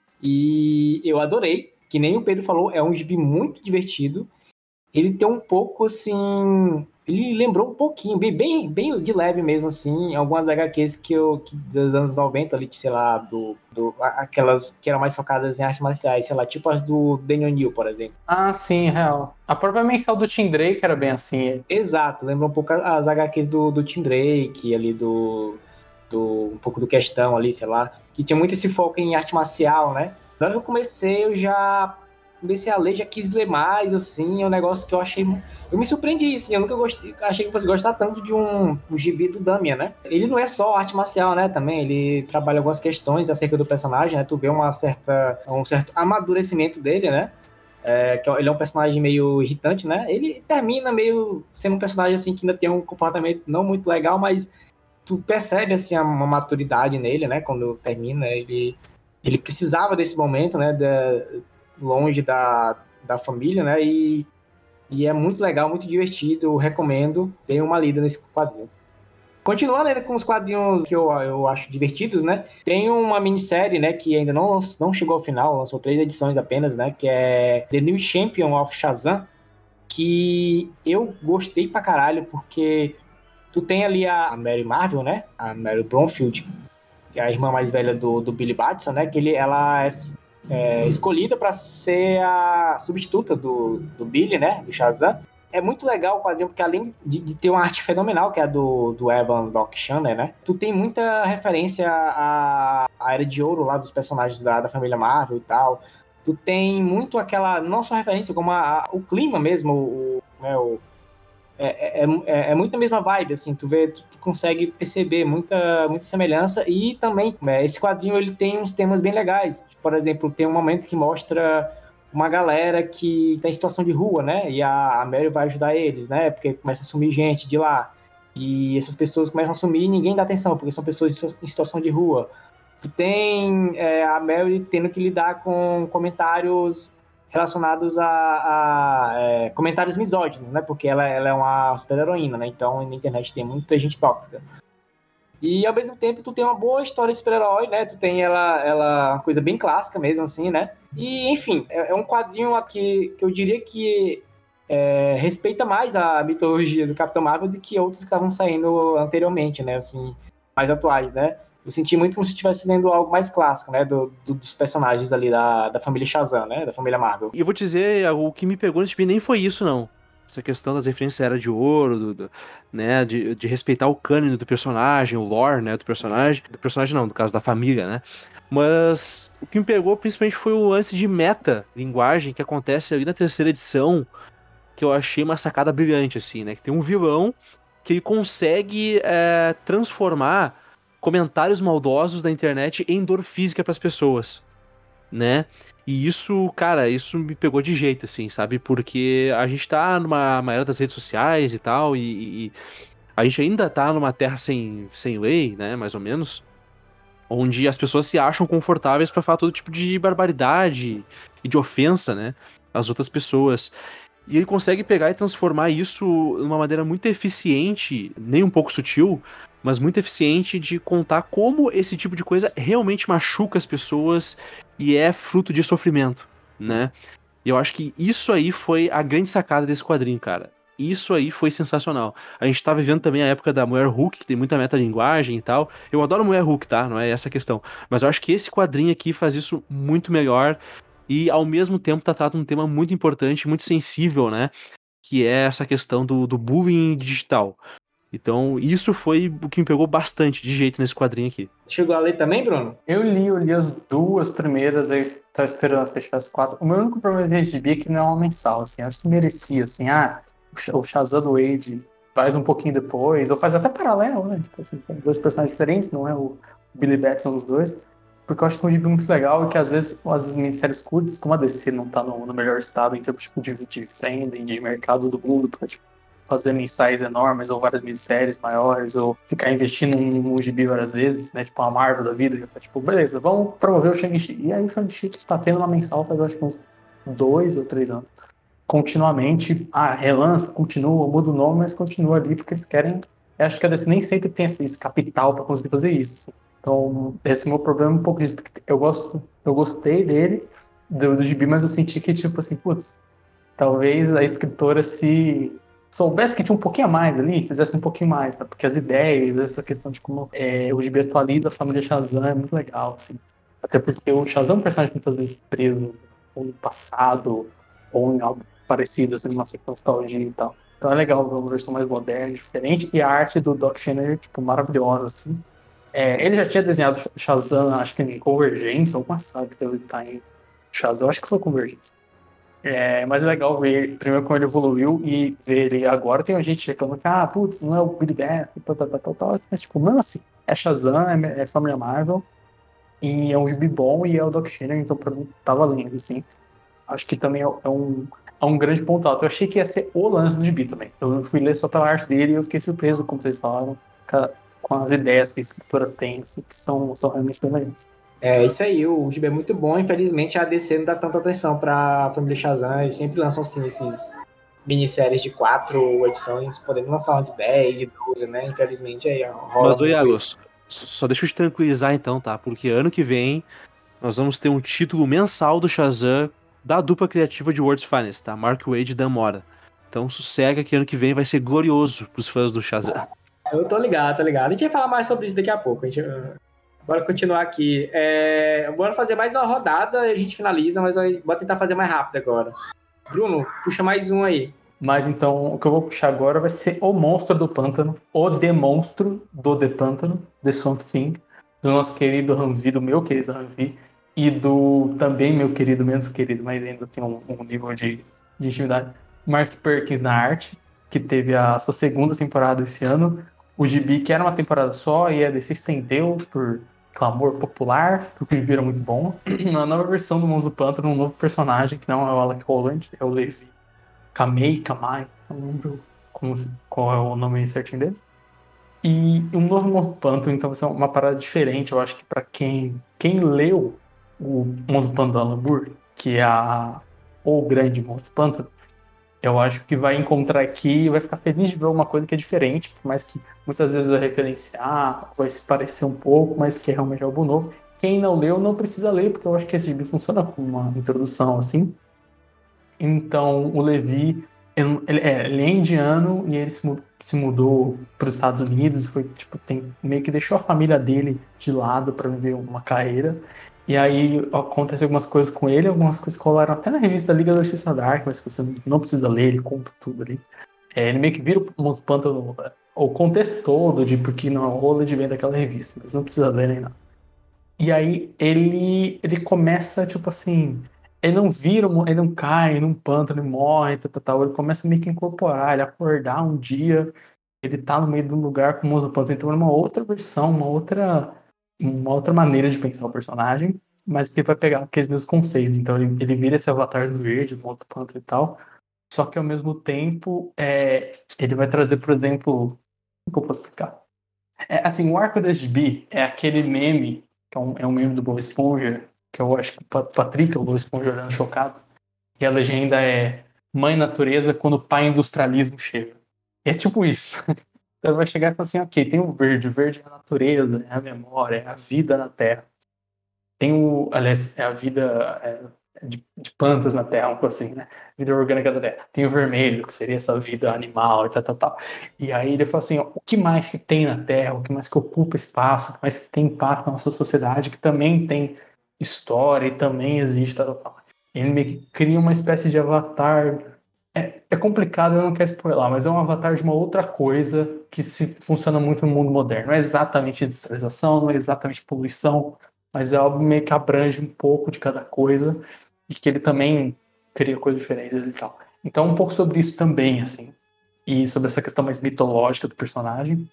e eu adorei, que nem o Pedro falou, é um gibi muito divertido. Ele tem um pouco, assim... Ele lembrou um pouquinho, bem, bem, bem de leve mesmo, assim, algumas agá quês que eu, que dos anos noventa, ali, sei lá, do, do, aquelas que eram mais focadas em artes marciais, sei lá, tipo as do Daniel Neal, por exemplo. Ah, sim, real. A própria mensal do Tim Drake era bem assim. Exato, lembra um pouco as agá quês do, do Tim Drake, ali do, do... um pouco do Questão ali, sei lá, que tinha muito esse foco em arte marcial, né? Na hora que eu comecei, eu já... comecei a ler, já quis ler mais, assim, é um negócio que eu achei... Eu me surpreendi, assim, eu nunca gostei, achei que fosse gostar tanto de um, um gibi do Damian, né? Ele não é só arte marcial, né, também, ele trabalha algumas questões acerca do personagem, né? Tu vê uma certa, um certo amadurecimento dele, né? É, que ele é um personagem meio irritante, né? Ele termina meio sendo um personagem, assim, que ainda tem um comportamento não muito legal, mas tu percebe, assim, uma maturidade nele, né? Quando termina, ele... Ele precisava desse momento, né? De, longe da, da família, né? E, e é muito legal, muito divertido. Eu recomendo. Dê uma lida nesse quadrinho. Continuando ainda com os quadrinhos que eu, eu acho divertidos, né? Tem uma minissérie, né? Que ainda não, não chegou ao final. Lançou três edições apenas, né? Que é The New Champion of Shazam. Que eu gostei pra caralho, porque tu tem ali a Mary Marvel, né? A Mary Bromfield, que é a irmã mais velha do, do Billy Batson, né? Que ele, ela é, é escolhida para ser a substituta do, do Billy, né? Do Shazam. É muito legal o quadrinho, porque além de, de ter uma arte fenomenal, que é a do, do Evan Doc Shanner, né? Tu tem muita referência à, à Era de Ouro lá dos personagens da, da família Marvel e tal. Tu tem muito aquela, não só referência, como a, a, o clima mesmo, o, né, o É, é, é muito a mesma vibe, assim, tu vê, tu, tu consegue perceber muita, muita semelhança. E também, é, esse quadrinho, ele tem uns temas bem legais. Por exemplo, tem um momento que mostra uma galera que tá em situação de rua, né, e a, a Mary vai ajudar eles, né, porque começa a sumir gente de lá, e essas pessoas começam a sumir e ninguém dá atenção, porque são pessoas em situação de rua. Tu tem é, a Mary tendo que lidar com comentários relacionados a, a é, comentários misóginos, né? Porque ela, ela é uma super-heroína, né? Então, na internet tem muita gente tóxica. E, ao mesmo tempo, tu tem uma boa história de super-herói, né? Tu tem ela, ela uma coisa bem clássica mesmo, assim, né? E, enfim, é, é um quadrinho aqui que eu diria que é, respeita mais a mitologia do Capitão Marvel do que outros que estavam saindo anteriormente, né? Assim, mais atuais, né? Eu senti muito como se estivesse lendo algo mais clássico, né? Do, do, dos personagens ali da, da família Shazam, né? Da família Marvel. E eu vou dizer, o que me pegou nesse gibi nem foi isso, não. Essa questão das referências Era de Ouro, do, do, né? De, de respeitar o cânone do personagem, o lore, né? Do personagem. Do personagem não, no caso da família, né? Mas o que me pegou principalmente foi o lance de meta, linguagem, que acontece ali na terceira edição, que eu achei uma sacada brilhante, assim, né? Que tem um vilão que ele consegue é, transformar comentários maldosos da internet em dor física pras pessoas, né? E isso, cara, isso me pegou de jeito, assim, sabe? Porque a gente tá numa era das redes sociais e tal, e, e a gente ainda tá numa terra sem, sem lei, né? Mais ou menos, onde as pessoas se acham confortáveis pra falar todo tipo de barbaridade e de ofensa, né? Às outras pessoas. E ele consegue pegar e transformar isso de uma maneira muito eficiente, nem um pouco sutil, mas muito eficiente de contar como esse tipo de coisa realmente machuca as pessoas e é fruto de sofrimento, né? E eu acho que isso aí foi a grande sacada desse quadrinho, cara. Isso aí foi sensacional. A gente tá vivendo também a época da Mulher Hulk, que tem muita metalinguagem e tal. Eu adoro Mulher Hulk, tá? Não é essa a questão. Mas eu acho que esse quadrinho aqui faz isso muito melhor e, ao mesmo tempo, tá tratando um tema muito importante, muito sensível, né? Que é essa questão do, do bullying digital. Então, isso foi o que me pegou bastante de jeito nesse quadrinho aqui. Chegou a ler também, Bruno? Eu li, eu li as duas primeiras, aí tô esperando fechar as quatro. O meu único problema desse gibi é que não é uma mensal, assim, acho que merecia, assim, ah, o Shazam do Wade faz um pouquinho depois, ou faz até paralelo, né, tipo assim, dois personagens diferentes, não é o Billy Batson os dois, porque eu acho que é um gibi muito legal e que às vezes as minisséries curtas, como a D C não tá no, no melhor estado em termos tipo, de, de vending, de mercado do mundo, pra tipo, fazer mensais enormes, ou várias minisséries maiores, ou ficar investindo num gibi várias vezes, né? Tipo, a Marvel da vida. Tipo, beleza, vamos promover o Shang-Chi. E aí o Shang-Chi tá tendo uma mensal faz, acho que uns dois ou três anos. Continuamente, ah, relança, continua, muda o nome, mas continua ali, porque eles querem... Eu acho que a D C nem sempre tem esse capital pra conseguir fazer isso, assim. Então, esse é o meu problema, um pouco disso, porque eu gosto, eu gostei dele, do, do gibi, mas eu senti que, tipo assim, putz, talvez a escritora se soubesse que tinha um pouquinho a mais ali, fizesse um pouquinho mais, sabe? Porque as ideias, essa questão de como é, o gibi atualiza a família Shazam é muito legal, assim. Até porque o Shazam é um personagem muitas vezes preso ou no passado, ou em algo parecido, assim, numa certa nostalgia e tal. Então é legal ver uma versão mais moderna, diferente, e a arte do Doc Schneider, tipo, maravilhosa, assim. É, ele já tinha desenhado Shazam, acho que em Convergência, alguma saga que deve estar em Shazam, acho que foi Convergência. É, mas é legal ver, primeiro, como ele evoluiu e ver ele agora. Tem gente reclamando que, ah, putz, não é o Billy Batson, tal, tal, tal, tal. Mas, tipo, mesmo assim, é Shazam, é, é família Marvel, e é um gibi bom e é o Doc Schneider, então pra mim tá valendo, assim. Acho que também é, é um, é um grande ponto alto. Eu achei que ia ser o lance do gibi também. Eu fui ler só pela arte dele e eu fiquei surpreso, como vocês falaram, com as ideias que a escritora tem, assim, que são, são realmente bem legais. É isso aí, o gibi é muito bom. Infelizmente a D C não dá tanta atenção pra família Shazam. Eles sempre lançam assim, esses minisséries de quatro edições, podendo lançar uma de dez, de doze, né? Infelizmente aí rola Mas, ô muito Iago, isso. só deixa eu te tranquilizar então, tá? Porque ano que vem nós vamos ter um título mensal do Shazam da dupla criativa de World's Finest, tá? Mark Waid e Dan Mora. Então sossega que ano que vem vai ser glorioso pros fãs do Shazam. Eu tô ligado, tô ligado. A gente vai falar mais sobre isso daqui a pouco. A gente... Bora continuar aqui. É... Bora fazer mais uma rodada e a gente finaliza, mas bora tentar fazer mais rápido agora. Bruno, puxa mais um aí. Mas então, o que eu vou puxar agora vai ser o Monstro do Pântano, o Demonstro do The Pântano, The Swamp Thing, do nosso querido Ranvi, do meu querido Ranvi, e do também meu querido, menos querido, mas ainda tem um, um nível de, de intimidade, Mark Perkins na arte, que teve a sua segunda temporada esse ano. O gibi, que era uma temporada só, e a D C estendeu por clamor popular, porque o gibi era muito bom. Na nova versão do Monstro do Pântano, um novo personagem, que não é o Alec Holland, é o Levi Kamei, Kamai, não lembro como, qual é o nome certinho dele. E um novo Monstro do Pântano, então vai ser uma parada diferente. Eu acho que para quem, quem leu o Monstro do Pântano do Alan Moore, que é a, o grande Monstro do Pântano, eu acho que vai encontrar aqui e vai ficar feliz de ver uma coisa que é diferente, por mais que muitas vezes vai referenciar, vai se parecer um pouco, mas que é realmente algo novo. Quem não leu, não precisa ler, porque eu acho que esse gibi funciona como uma introdução, assim. Então, o Levi, ele é, ele é indiano e ele se, se mudou para os Estados Unidos, foi, tipo, tem, meio que deixou a família dele de lado para viver uma carreira. E aí acontecem algumas coisas com ele, algumas coisas que rolaram até na revista Liga da Justiça Dark, mas que você não precisa ler, ele conta tudo ali. É, ele meio que vira o pântano, o contexto todo de porque não rola de vem daquela revista, mas não precisa ler nem nada. E aí ele, ele começa, tipo assim, ele não vira, ele não cai num pântano, ele morre, tal, tal, tal. Ele começa meio que a incorporar, ele acordar um dia, ele tá no meio de um lugar com o monstro do pântano, então é uma outra versão, uma outra, uma outra maneira de pensar o personagem, mas que vai pegar aqueles mesmos conceitos. Então ele, ele vira esse avatar do verde, do monstro do pântano e tal, só que ao mesmo tempo é, ele vai trazer, por exemplo, como que eu posso explicar? É, assim, o arco da S G B é aquele meme, que é um, é um meme do Bob Esponja, que eu acho que o Patrick, o Bob Esponja olhando chocado, e a legenda é Mãe Natureza quando o pai industrialismo chega. É tipo isso. Então vai chegar e falar assim, ok, tem o verde, o verde é a natureza, é a memória, é a vida na Terra. Tem o, aliás, é a vida é, de, de plantas na Terra, um pouco assim, né? Vida orgânica da Terra. Tem o vermelho, que seria essa vida animal e tal, tal, tal. E aí ele fala assim, ó, o que mais que tem na Terra, o que mais que ocupa espaço, o que mais que tem impacto na nossa sociedade, que também tem história e também existe, tal, tal, tal. Ele meio que cria uma espécie de avatar. É, é complicado, eu não quero spoiler, mas é um avatar de uma outra coisa que se funciona muito no mundo moderno. Não é exatamente industrialização, não é exatamente poluição, mas é algo meio que abrange um pouco de cada coisa e que ele também cria coisas diferentes e tal. Então, um pouco sobre isso também, assim, e sobre essa questão mais mitológica do personagem.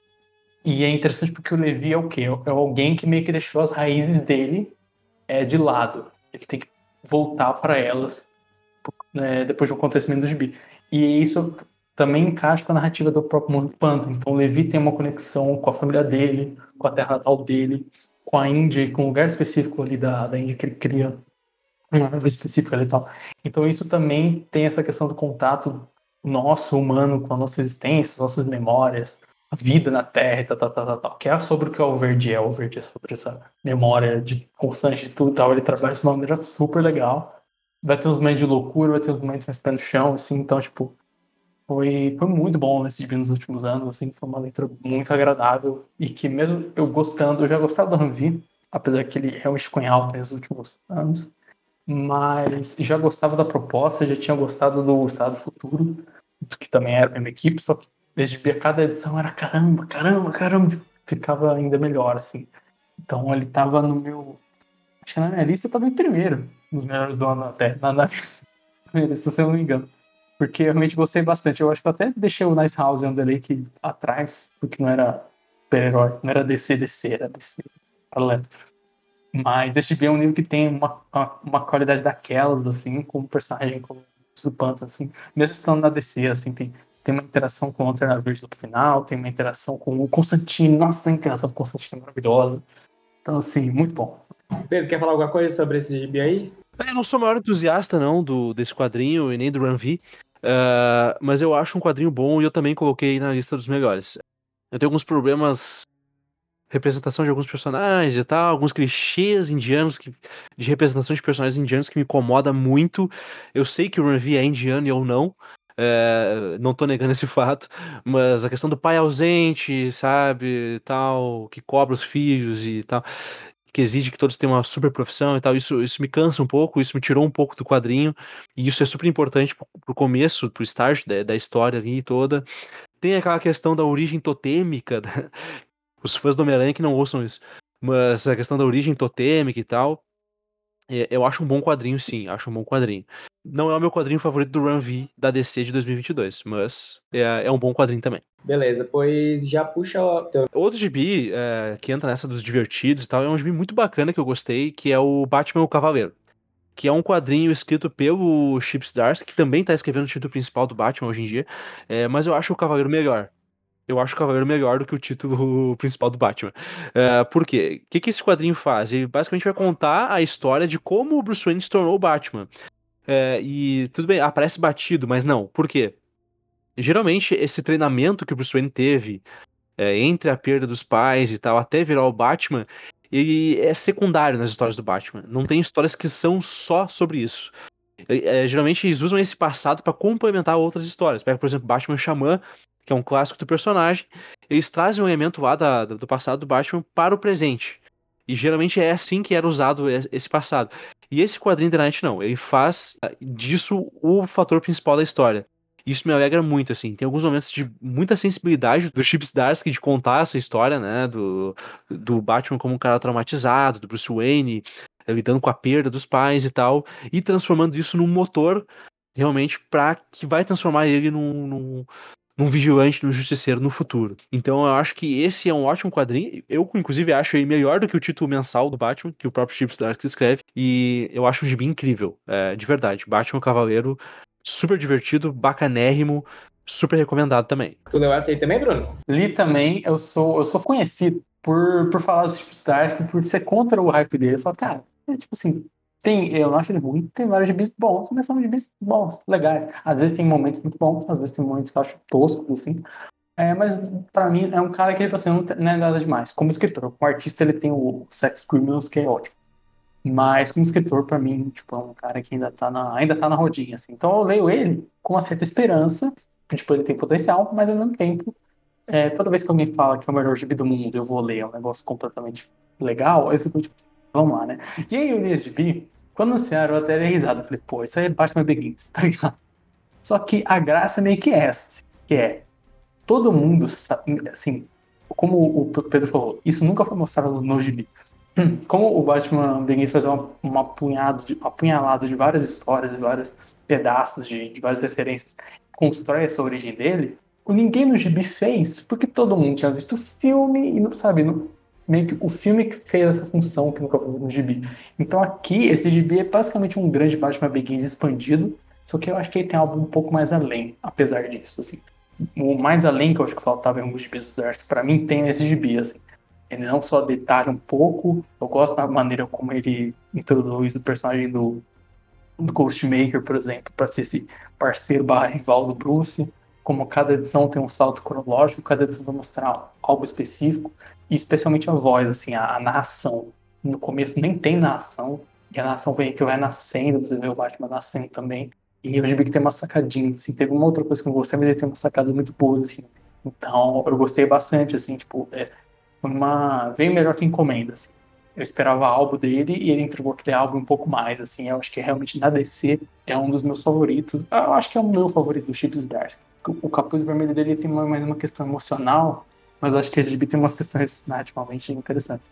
E é interessante porque o Levi é o quê? É alguém que meio que deixou as raízes dele é, de lado. Ele tem que voltar para elas, né, depois do acontecimento do gibi. E isso também encaixa com a narrativa do próprio mundo Panda. Então o Levi tem uma conexão com a família dele, com a terra natal dele, com a Índia, com um lugar específico ali da, da Índia que ele cria, uma árvore específica ali e tal. Então isso também tem essa questão do contato nosso, humano, com a nossa existência, as nossas memórias, a vida na Terra e tal, tal, tal, tal, tal, que é sobre o que o Verde é. O Verde é sobre essa memória de constante de tudo e tal. Ele trabalha de uma maneira super legal. Vai ter uns momentos de loucura, vai ter uns momentos mais pé no chão, assim, então, tipo, Foi, foi muito bom nesse gibi nos últimos anos, assim, foi uma leitura muito agradável e que mesmo eu gostando, eu já gostava do Ranvi, apesar que ele realmente ficou em alta nos últimos anos, mas já gostava da proposta, já tinha gostado do Estado Futuro, que também era a mesma equipe, só que desde que cada edição era caramba, caramba, caramba, ficava ainda melhor, assim. Então ele tava no meu... Acho que na minha lista tava em primeiro, nos melhores do ano até, na, na primeira, se eu não me engano. Porque eu realmente gostei bastante. Eu acho que eu até deixei o Nice House and the Lake atrás, porque não era super-herói, não era D C, D C, era D C. Mas esse gibi é um livro que tem uma, uma, uma qualidade daquelas, assim, com um personagem como o Panther, assim, mesmo estando na D C, assim, tem, tem uma interação com o Lanterna Verde no final, tem uma interação com o Constantine, nossa, a interação com o Constantine é maravilhosa. Então, assim, muito bom. Pedro, quer falar alguma coisa sobre esse gibi aí? Eu não sou o maior entusiasta, não, do, desse quadrinho e nem do Ranvi, uh, mas eu acho um quadrinho bom e eu também coloquei na lista dos melhores. Eu tenho alguns problemas, representação de alguns personagens e tal, alguns clichês indianos, que, de representação de personagens indianos que me incomoda muito. Eu sei que o Ranvi é indiano e eu não, uh, não tô negando esse fato, mas a questão do pai ausente, sabe, tal, que cobra os filhos e tal... que exige que todos tenham uma super profissão e tal, isso, isso me cansa um pouco, isso me tirou um pouco do quadrinho, e isso é super importante pro, pro começo, pro start da, da história ali toda. Tem aquela questão da origem totêmica, da... os fãs do Homem-Aranha que não ouçam isso, mas a questão da origem totêmica e tal, é, eu acho um bom quadrinho, sim, acho um bom quadrinho. Não é o meu quadrinho favorito do Ranvi da D C de dois mil e vinte e dois, mas é, é um bom quadrinho também. Beleza, pois já puxa o teu... Outro gibi é, que entra nessa dos divertidos e tal, é um gibi muito bacana que eu gostei, que é o Batman o Cavaleiro, que é um quadrinho escrito pelo Chip Zdarsky, que também tá escrevendo o título principal do Batman hoje em dia, é, mas eu acho o Cavaleiro melhor. Eu acho o Cavaleiro melhor do que o título principal do Batman. É, por quê? O que, que esse quadrinho faz? Ele basicamente vai contar a história de como o Bruce Wayne se tornou o Batman. É, e tudo bem, aparece batido, mas não. Por quê? Geralmente, esse treinamento que o Bruce Wayne teve é, entre a perda dos pais e tal, até virar o Batman, ele é secundário nas histórias do Batman. Não tem histórias que são só sobre isso. É, geralmente eles usam esse passado para complementar outras histórias. Pega, por exemplo, Batman Xamã, que é um clássico do personagem. Eles trazem um elemento lá da, do passado do Batman para o presente. E geralmente é assim que era usado esse passado. E esse quadrinho da Night não. Ele faz disso o fator principal da história. Isso me alegra muito, assim. Tem alguns momentos de muita sensibilidade do Chip Zdarsky de contar essa história, né? Do, do Batman como um cara traumatizado, do Bruce Wayne lidando com a perda dos pais e tal, e transformando isso num motor, realmente, pra que vai transformar ele num, num, num vigilante, num justiceiro no futuro. Então eu acho que esse é um ótimo quadrinho. Eu, inclusive, acho ele melhor do que o título mensal do Batman, que o próprio Chip Zdarsky escreve, e eu acho um gibi incrível, é, de verdade. Batman Cavaleiro, super divertido, bacanérrimo, super recomendado também. Tu leu essa aí também, Bruno? Li também, eu sou, eu sou conhecido por, por falar dos Chip Zdarsky, por ser contra o hype dele. Eu falo, cara, é tipo assim, tem, eu não acho ele ruim, tem vários gibis bons, mas são gibis bons, legais. Às vezes tem momentos muito bons, às vezes tem momentos que eu acho toscos, assim. É, mas pra mim é um cara que, tipo assim, não, não é nada demais. Como escritor, como artista ele tem o Sex Criminals, que é ótimo. Mas como escritor, pra mim, tipo, é um cara que ainda tá na, ainda tá na rodinha, assim. Então eu leio ele com uma certa esperança, que, tipo, ele tem potencial, mas ao mesmo tempo, é, toda vez que alguém fala que é o melhor gibi do mundo, eu vou ler, é um negócio completamente legal, eu fico, tipo, vamos lá, né? E aí eu li esse gibi, quando anunciaram, eu até dei risada. Eu falei, pô, isso aí é Batman Begins, tá ligado? Só que a graça meio que é essa, assim, que é, todo mundo sabe, assim, como o Pedro falou, isso nunca foi mostrado no gibi. Como o Batman Begins faz uma, uma apunhado de, apunhalado de várias histórias, de vários pedaços, de, de várias referências, constrói essa origem dele, ninguém no gibi fez, porque todo mundo tinha visto o filme e não sabe, não, meio que o filme que fez essa função que nunca foi no gibi. Então aqui, esse gibi é basicamente um grande Batman Begins expandido, Só que eu acho que ele tem algo um pouco mais além, apesar disso, assim. O mais além que eu acho que faltava em alguns gibis do Darcy, pra mim, tem nesse gibi, assim. Ele não só detalha um pouco, eu gosto da maneira como ele introduz o personagem do, do Ghostmaker, por exemplo, para ser esse parceiro barra rival do Bruce, como cada edição tem um salto cronológico, cada edição vai mostrar algo específico, e especialmente a voz, assim, a, a narração. No começo nem tem narração, e a narração vem que vai nascendo, você vê o Batman nascendo também, e o gibi que tem uma sacadinha, assim, teve uma outra coisa que eu gostei, mas ele tem uma sacada muito boa, assim. Então, eu gostei bastante, assim, tipo, é, uma... veio melhor que encomenda, assim. Eu esperava algo dele e ele entregou aquele álbum um pouco mais, assim. Eu acho que realmente na D C é um dos meus favoritos. Eu acho que é o meu favorito do Chip Zdarsky. O Capuz Vermelho dele tem mais uma questão emocional, mas acho que esse gibi tem umas questões narrativamente interessantes.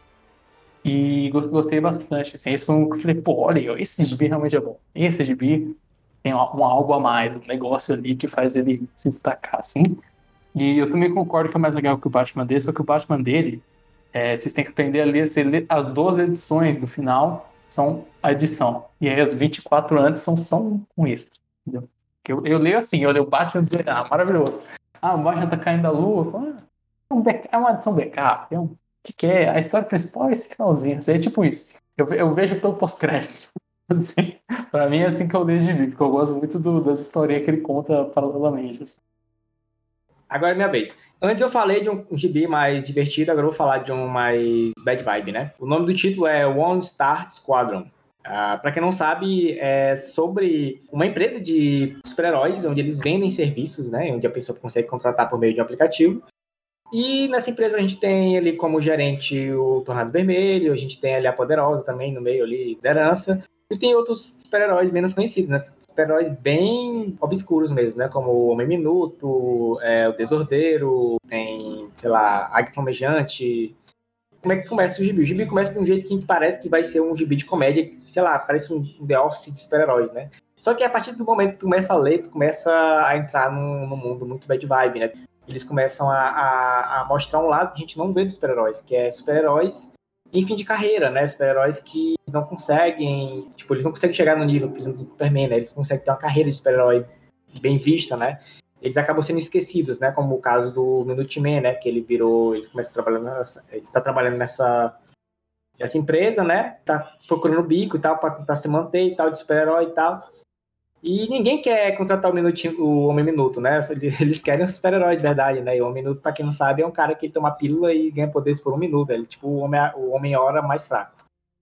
E gostei bastante, assim. Esse foi um que eu falei, pô, olha, esse gibi realmente é bom. Esse gibi tem um algo a mais, um negócio ali que faz ele se destacar, assim. E eu também concordo que é mais legal que o Batman dele, só que o Batman dele, é, vocês têm que aprender a ler, você lê as doze edições do final são a edição. E aí as vinte e quatro antes são só um extra, entendeu? Eu, eu leio assim, eu leio o Batman e digo, ah, maravilhoso. Ah, o Batman tá caindo da lua. Ah, é, um back, é uma edição backup. É um, o que, que é? A história principal é esse finalzinho. Assim, é tipo isso. Eu, eu vejo pelo pós-crédito. Assim, pra mim é assim que eu leio de mim, porque eu gosto muito do, das historinhas que ele conta paralelamente. Assim. Agora é minha vez. Antes eu falei de um, um gibi mais divertido, agora eu vou falar de um mais bad vibe, né? O nome do título é One Star Squadron. Uh, para quem não sabe, é sobre uma empresa de super-heróis, onde eles vendem serviços, né? Onde a pessoa consegue contratar por meio de um aplicativo. E nessa empresa a gente tem ali como gerente o Tornado Vermelho, a gente tem ali a Poderosa também no meio ali, liderança. E tem outros super-heróis menos conhecidos, né? Super-heróis bem obscuros mesmo, né? Como o Homem Minuto, é, o Desordeiro, tem, sei lá, Águia Flamejante. Como é que começa o gibi? O gibi começa de um jeito que parece que vai ser um gibi de comédia, sei lá, parece um The Office de super-heróis, né? Só que a partir do momento que tu começa a ler, tu começa a entrar num, num mundo muito bad vibe, né? Eles começam a, a, a mostrar um lado que a gente não vê dos super-heróis, que é super-heróis em fim de carreira, né? Super-heróis que não conseguem, tipo, eles não conseguem chegar no nível, por exemplo, do Superman, né? Eles conseguem ter uma carreira de super-herói bem vista, né? Eles acabam sendo esquecidos, né? Como o caso do Minuteman, né? Que ele virou, ele começa trabalhando nessa, ele tá trabalhando nessa, nessa empresa, né? Tá procurando bico e tal, pra tentar se manter e tal, de super-herói e tal. E ninguém quer contratar o, minutinho, o Homem Minuto, né? Eles querem um super-herói de verdade, né? E o Homem Minuto, pra quem não sabe, é um cara que ele toma pílula e ganha poderes por um minuto. Ele é tipo o Homem, o Homem-Hora mais fraco.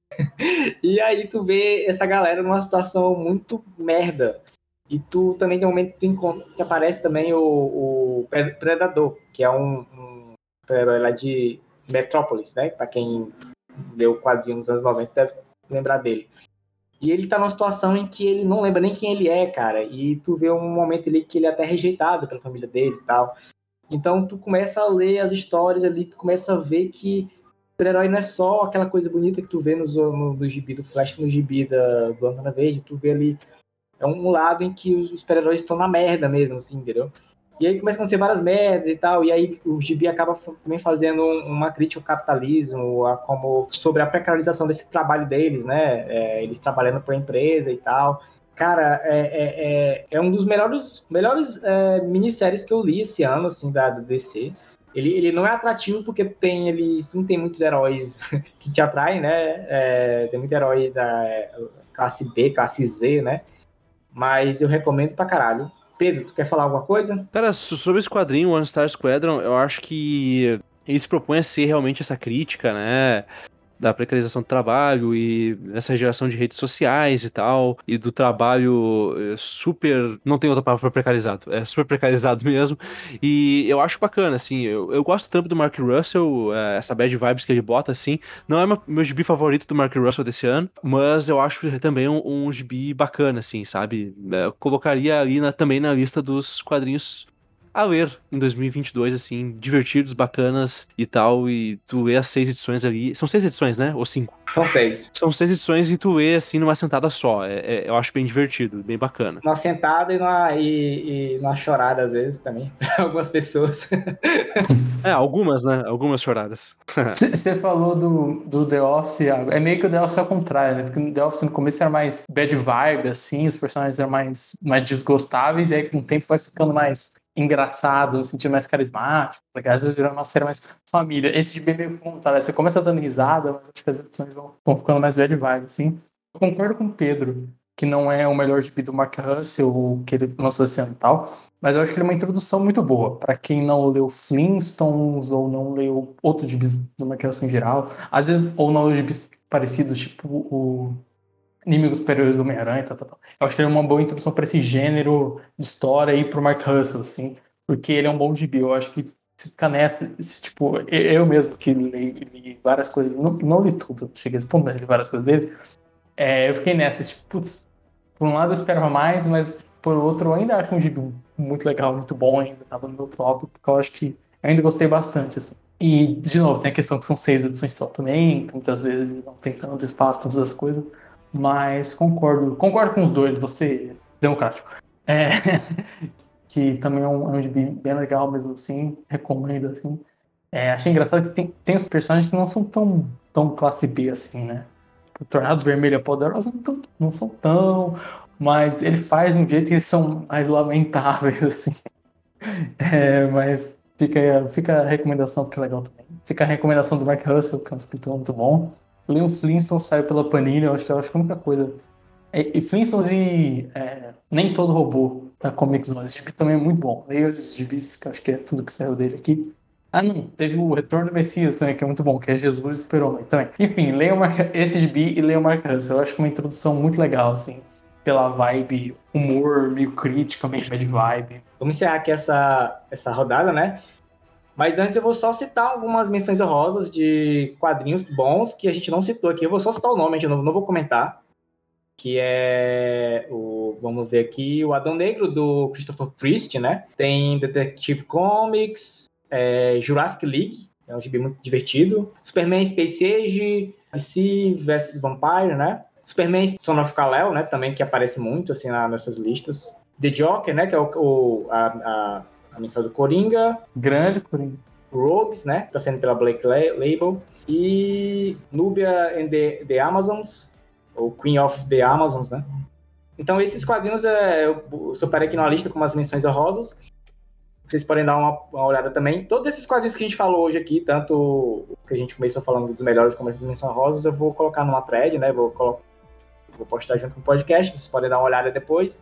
E aí tu vê essa galera numa situação muito merda. E tu também tem um momento que, tu que aparece também o, o Predador, que é um, um super-herói lá de Metrópolis, né? Pra quem leu o quadrinho nos anos noventa deve lembrar dele. E ele tá numa situação em que ele não lembra nem quem ele é, cara. E tu vê um momento ali que ele é até rejeitado pela família dele e tal. Então tu começa a ler as histórias ali, tu começa a ver que o super-herói não é só aquela coisa bonita que tu vê no, no, no gibi do Flash, no gibi da, do Lanterna Verde. Tu vê ali, é um lado em que os super-heróis estão na merda mesmo, assim, entendeu? E aí começa a acontecer várias merdas e tal, e aí o gibi acaba também fazendo uma crítica ao capitalismo, a como, sobre a precarização desse trabalho deles, né? É, eles trabalhando para a empresa e tal. Cara, é, é, é, é um dos melhores, melhores é, minisséries que eu li esse ano, assim, da, da D C. Ele, ele não é atrativo porque tem, ele, não tem muitos heróis que te atraem, né? É, tem muito herói da classe B, classe Z, né? Mas eu recomendo pra caralho. Pedro, tu quer falar alguma coisa? Cara, sobre esse quadrinho, One Star Squadron, eu acho que ele se propõe a ser realmente essa crítica, né? Da precarização do trabalho e essa geração de redes sociais e tal, e do trabalho super... Não tem outra palavra pra precarizado, é super precarizado mesmo, e eu acho bacana, assim, eu, eu gosto tanto do Mark Russell, essa bad vibes que ele bota, assim, não é meu, meu gibi favorito do Mark Russell desse ano, mas eu acho também um, um gibi bacana, assim, sabe, eu colocaria ali na, também na lista dos quadrinhos a ler em dois mil e vinte e dois, assim, divertidos, bacanas e tal, e tu lê as seis edições ali, são seis edições, né? Ou cinco? São seis. São seis edições e tu lê, assim, numa sentada só, é, é, eu acho bem divertido, bem bacana. Numa sentada e numa, e, e numa chorada, às vezes, também, pra algumas pessoas. É, algumas, né? Algumas choradas. Você falou do, do The Office, Iago. É meio que o The Office ao contrário, né? Porque no The Office no começo era mais bad vibe, assim, os personagens eram mais, mais desgostáveis, e aí com o tempo vai ficando mais engraçado, no sentido mais carismático, porque às vezes vira uma série mais família. Esse de é meio contrário, você começa dando risada, mas acho que as edições vão, vão ficando mais bad vibe, assim. Eu concordo com o Pedro, que não é o melhor gibi do Mark Russell, que ele lançou esse ano e tal, mas eu acho que ele é uma introdução muito boa para quem não leu Flintstones ou não leu outros gibis do Mark Russell em geral, às vezes, ou não leu gibis parecidos, tipo o Inimigos Superiores do Homem-Aranha, tal, tal, tal. Eu acho que ele é uma boa introdução para esse gênero de história e pro Mark Russell, assim, porque ele é um bom gibi. Eu acho que se ficar nessa, esse, tipo, eu mesmo que li, li várias coisas, não, não li tudo, cheguei a esse ponto, mas li várias coisas dele. É, eu fiquei nessa, tipo, putz, por um lado eu esperava mais, mas por outro eu ainda acho um gibi muito legal, muito bom, ainda tava no meu top, porque eu acho que eu ainda gostei bastante, assim. E, de novo, tem a questão que são seis edições só também, então muitas vezes ele não tem tanto espaço para todas as coisas, mas concordo, concordo com os dois, você democrático. É, que também é um, é um gibi bem legal mesmo assim, recomendo, assim. É, achei engraçado que tem, tem os personagens que não são tão, tão classe B assim, né? O Tornado Vermelho e a Poderosa não, tão, não são tão, mas ele faz um jeito que eles são mais lamentáveis, assim. É, mas fica, fica a recomendação, que é legal também. Fica a recomendação do Mark Russell, que é um escritor muito bom. Leon Flintstone saiu pela Panini, eu acho que, eu acho que a única coisa. E, e Flintstones e é, Nem Todo Robô da Comics Zone. Esse gibi também é muito bom. Leia os gibis, que eu acho que é tudo que saiu dele aqui. Ah, não. Teve o Retorno do Messias também, que é muito bom, que é Jesus Super-Homem também. Enfim, leiam esse gibi e leiam o Mark Russell. Eu acho que é uma introdução muito legal, assim, pela vibe, humor, meio crítica, meio bad vibe. Vamos encerrar aqui essa, essa rodada, né? Mas antes eu vou só citar algumas menções honrosas de quadrinhos bons que a gente não citou aqui. Eu vou só citar o nome, a gente não, não vou comentar. Que é o, vamos ver aqui, o Adão Negro do Christopher Priest, né? Tem Detective Comics, é, Jurassic League, é um gibi muito divertido. Superman Space Age, D C versus Vampire, né? Superman Son of Kal-El, né? Também que aparece muito assim na, nessas listas. The Joker, né? Que é o, o a, a, a mensagem do Coringa. Grande Coringa. Rogues, né? Tá sendo pela Black Label. E Nubia and the, the Amazons, ou Queen of the Amazons, né? Então esses quadrinhos é, eu separei aqui numa lista com umas menções honrosas. Vocês podem dar uma, uma olhada também. Todos esses quadrinhos que a gente falou hoje aqui, tanto o que a gente começou falando dos melhores como essas menções honrosas, eu vou colocar numa thread, né? Vou, colo- vou postar junto com o podcast, vocês podem dar uma olhada depois.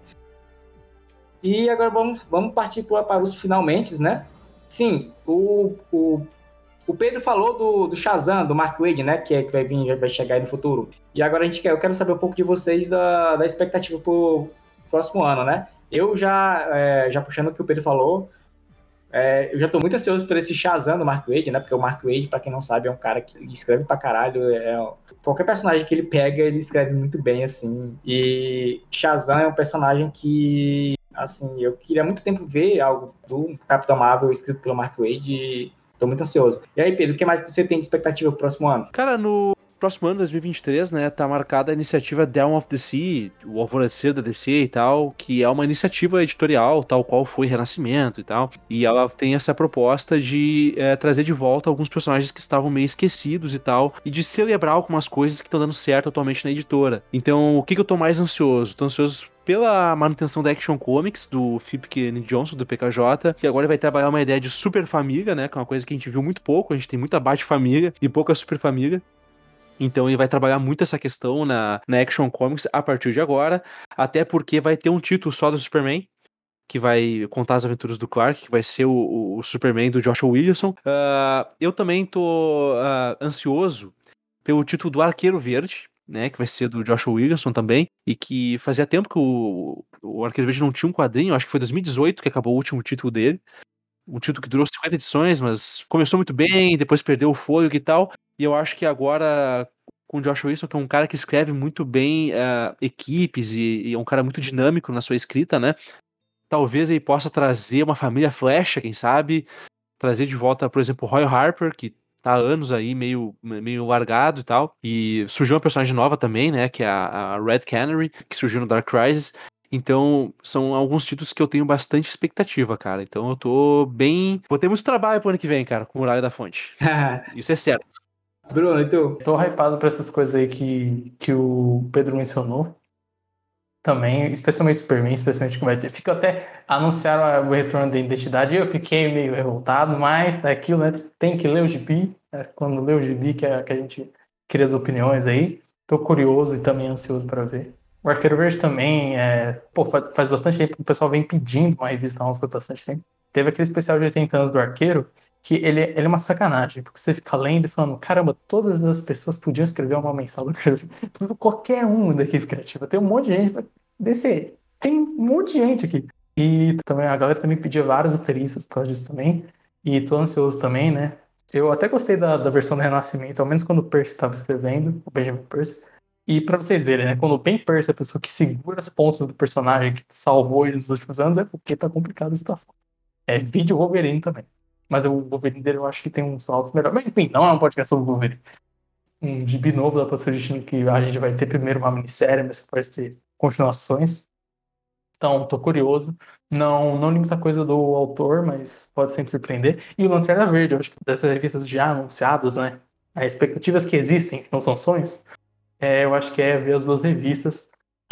E agora vamos, vamos partir para, para os finalmente, né? Sim, o, o, o Pedro falou do, do Shazam, do Mark Waid, né? Que, é, que vai vir, vai chegar aí no futuro. E agora a gente quer, eu quero saber um pouco de vocês da, da expectativa para o próximo ano, né? Eu já, é, já puxando o que o Pedro falou, é, eu já tô muito ansioso por esse Shazam do Mark Waid, né? Porque o Mark Waid, pra quem não sabe, é um cara que escreve pra caralho. É, qualquer personagem que ele pega, ele escreve muito bem, assim. E Shazam é um personagem que, assim, eu queria há muito tempo ver algo do Capitão Marvel escrito pelo Mark Waid e tô muito ansioso. E aí, Pedro, o que mais você tem de expectativa pro próximo ano? Cara, no próximo ano, dois mil e vinte e três, né, tá marcada a iniciativa Dawn of the Sea, o Alvorecer da D C e tal, que é uma iniciativa editorial, tal qual foi Renascimento e tal, e ela tem essa proposta de é, trazer de volta alguns personagens que estavam meio esquecidos e tal, e de celebrar algumas coisas que estão dando certo atualmente na editora. Então, o que, que eu tô mais ansioso? Tô ansioso pela manutenção da Action Comics, do Philip Kennedy Johnson, do P K J, que agora vai trabalhar uma ideia de super família, né, que é uma coisa que a gente viu muito pouco, a gente tem muita Bat-família e pouca super família. Então ele vai trabalhar muito essa questão na, na Action Comics a partir de agora, até porque vai ter um título só do Superman, que vai contar as aventuras do Clark, que vai ser o, o, o Superman do Joshua Williamson. Uh, eu também tô uh, ansioso pelo título do Arqueiro Verde, né, que vai ser do Joshua Williamson também, e que fazia tempo que o, o Arqueiro Verde não tinha um quadrinho, acho que foi dois mil e dezoito que acabou o último título dele, um título que durou cinquenta edições, mas começou muito bem, depois perdeu o fôlego e tal, e eu acho que agora com o Joshua Williamson, que é um cara que escreve muito bem uh, equipes e, e é um cara muito dinâmico na sua escrita, né, talvez ele possa trazer uma família Flecha, quem sabe, trazer de volta, por exemplo, o Roy Harper, que tá há anos aí meio, meio largado e tal, e surgiu uma personagem nova também, né, que é a, a Red Canary, que surgiu no Dark Crisis. Então, são alguns títulos que eu tenho bastante expectativa, cara. Então, eu tô bem... Vou ter muito trabalho pro ano que vem, cara, com Muralha da Fonte. Isso é certo. Bruno, e tu? Tô hypado pra essas coisas aí que, que o Pedro mencionou. Também, especialmente Superman, especialmente que vai ter. Fico até... Anunciaram o retorno da identidade e eu fiquei meio revoltado, mas é aquilo, né? Tem que ler o gibi. Né? Quando lê o gibi que, é, que a gente cria as opiniões aí. Tô curioso e também ansioso pra ver. O Arqueiro Verde também, é, pô, faz bastante tempo que o pessoal vem pedindo uma revista nova, foi bastante tempo. Teve aquele especial de oitenta anos do Arqueiro, que ele, ele é uma sacanagem, porque você fica lendo e falando, caramba, todas as pessoas podiam escrever uma mensal do Arqueiro Verde. Qualquer um da equipe criativa. Tem um monte de gente pra descer. Tem um monte de gente aqui. E também a galera também pedia vários roteiristas por causa disso também. E tô ansioso também, né? Eu até gostei da, da versão do Renascimento, ao menos quando o Percy estava escrevendo, o Benjamin Percy. E pra vocês verem, né? Quando o Ben Percy é a pessoa que segura as pontas do personagem que salvou ele nos últimos anos, é porque tá complicada a situação. É vídeo Wolverine também. Mas o Wolverine dele eu acho que tem uns altos melhores. Mas enfim, não é um podcast sobre o Wolverine. Um gibi novo da Pastor Destino que a gente vai ter primeiro uma minissérie, mas que pode ter continuações. Então, tô curioso. Não, não li muita coisa do autor, mas pode sempre surpreender. E o Lanterna Verde, eu acho que dessas revistas já anunciadas, né? As expectativas que existem, que não são sonhos. É, eu acho que é ver as duas revistas.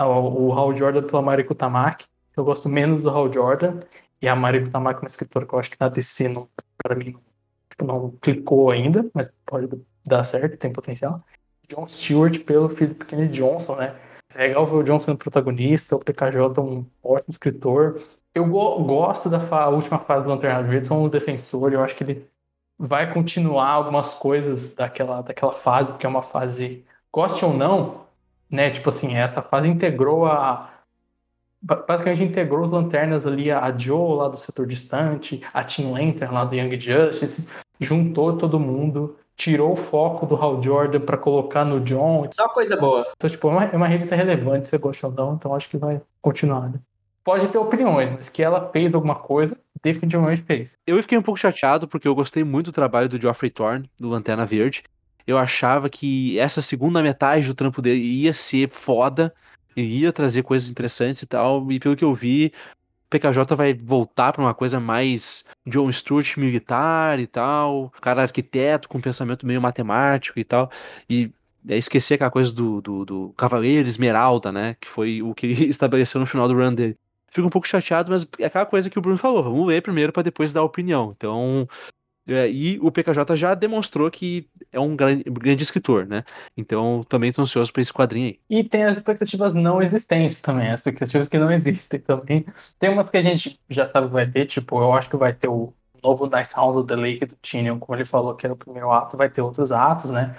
O Hal Jordan pela Mariko Tamaki. Eu gosto menos do Hal Jordan. E a Mariko Tamaki é uma escritora que eu acho que na D C, não, pra mim, tipo, não clicou ainda. Mas pode dar certo, tem potencial. John Stewart pelo Philip Kennedy Johnson, né? É legal ver o Johnson sendo protagonista. O P K J é um ótimo escritor. Eu go- gosto da fa- última fase do Lanterna Verde. Sou um defensor. Eu acho que ele vai continuar algumas coisas daquela, daquela fase, porque é uma fase... Goste ou não, né? Tipo assim, essa fase integrou a... Basicamente integrou os lanternas ali, a Joe lá do Setor Distante, a Teen Lantern lá do Young Justice, juntou todo mundo, tirou o foco do Hal Jordan pra colocar no John. Só coisa boa. Então, tipo, é uma, é uma revista relevante, se você gosta ou não, então acho que vai continuar, né? Pode ter opiniões, mas que ela fez alguma coisa, definitivamente fez. Eu fiquei um pouco chateado porque eu gostei muito do trabalho do Geoffrey Thorne, do Lanterna Verde. Eu achava que essa segunda metade do trampo dele ia ser foda, ia trazer coisas interessantes e tal, e pelo que eu vi, o P K J vai voltar pra uma coisa mais John Stewart militar e tal, cara arquiteto com pensamento meio matemático e tal, e é esquecer aquela coisa do, do, do Cavaleiro Esmeralda, né, que foi o que ele estabeleceu no final do run dele. Fico um pouco chateado, mas é aquela coisa que o Bruno falou, vamos ler primeiro pra depois dar opinião, então... É, e o P K J já demonstrou que é um grande, grande escritor, né? Então também tô ansioso pra esse quadrinho aí. E tem as expectativas não existentes também, as expectativas que não existem também. Tem umas que a gente já sabe que vai ter, tipo, eu acho que vai ter o novo Nice House of the Lake do Tynion, como ele falou que era o primeiro ato, vai ter outros atos, né?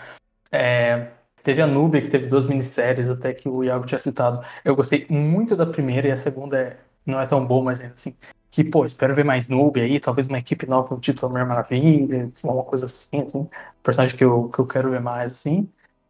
É, teve a Nubia, que teve duas minisséries, até que o Iago tinha citado. Eu gostei muito da primeira e a segunda é, não é tão boa, mas ainda assim. Que, pô, espero ver mais Nubia aí, talvez uma equipe nova no título Mulher Maravilha, uma coisa assim, assim. Personagem que eu, que eu quero ver mais, assim.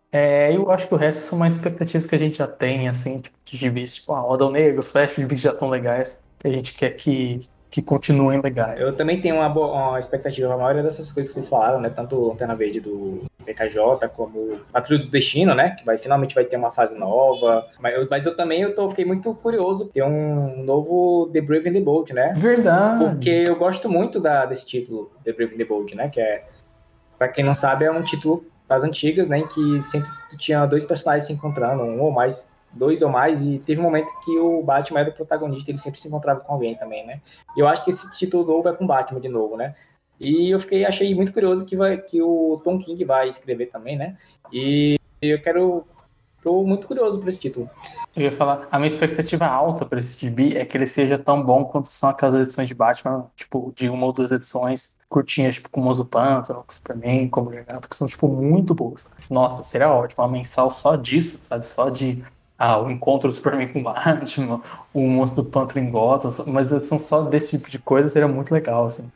É, eu acho que o resto são mais expectativas que a gente já tem, assim, tipo, de gibis, tipo, a Odal Negro, Flash, gibis já estão legais, que a gente quer que, que continuem legais. Eu também tenho uma, boa, uma expectativa, a maioria dessas coisas que vocês falaram, né? Tanto o Lanterna Verde do P K J, como Patrulha do Destino, né? Que vai, finalmente vai ter uma fase nova. Mas eu, mas eu também eu tô, fiquei muito curioso ter um novo The Brave and the Bold, né? Verdade! Porque eu gosto muito da, desse título, The Brave and the Bold, né? Que é, pra quem não sabe, é um título das antigas, né? Em que sempre tinha dois personagens se encontrando, um ou mais, dois ou mais, e teve um momento que o Batman era o protagonista, ele sempre se encontrava com alguém também, né? E eu acho que esse título novo é com Batman de novo, né? E eu fiquei, achei muito curioso que, vai, que o Tom King vai escrever também, né? E eu quero... Tô muito curioso por esse título. Eu ia falar, a minha expectativa alta para esse gibi é que ele seja tão bom quanto são aquelas edições de Batman, tipo, de uma ou duas edições curtinhas, tipo, com o Moço do Pântano, com o Superman, com o Mulher Gato, que são, tipo, muito boas. Nossa, seria ótimo, uma mensal só disso, sabe? Só de, ah, o encontro do Superman com o Batman, o Monstro do Pântano em Gotham, mas edição só desse tipo de coisa seria muito legal, assim.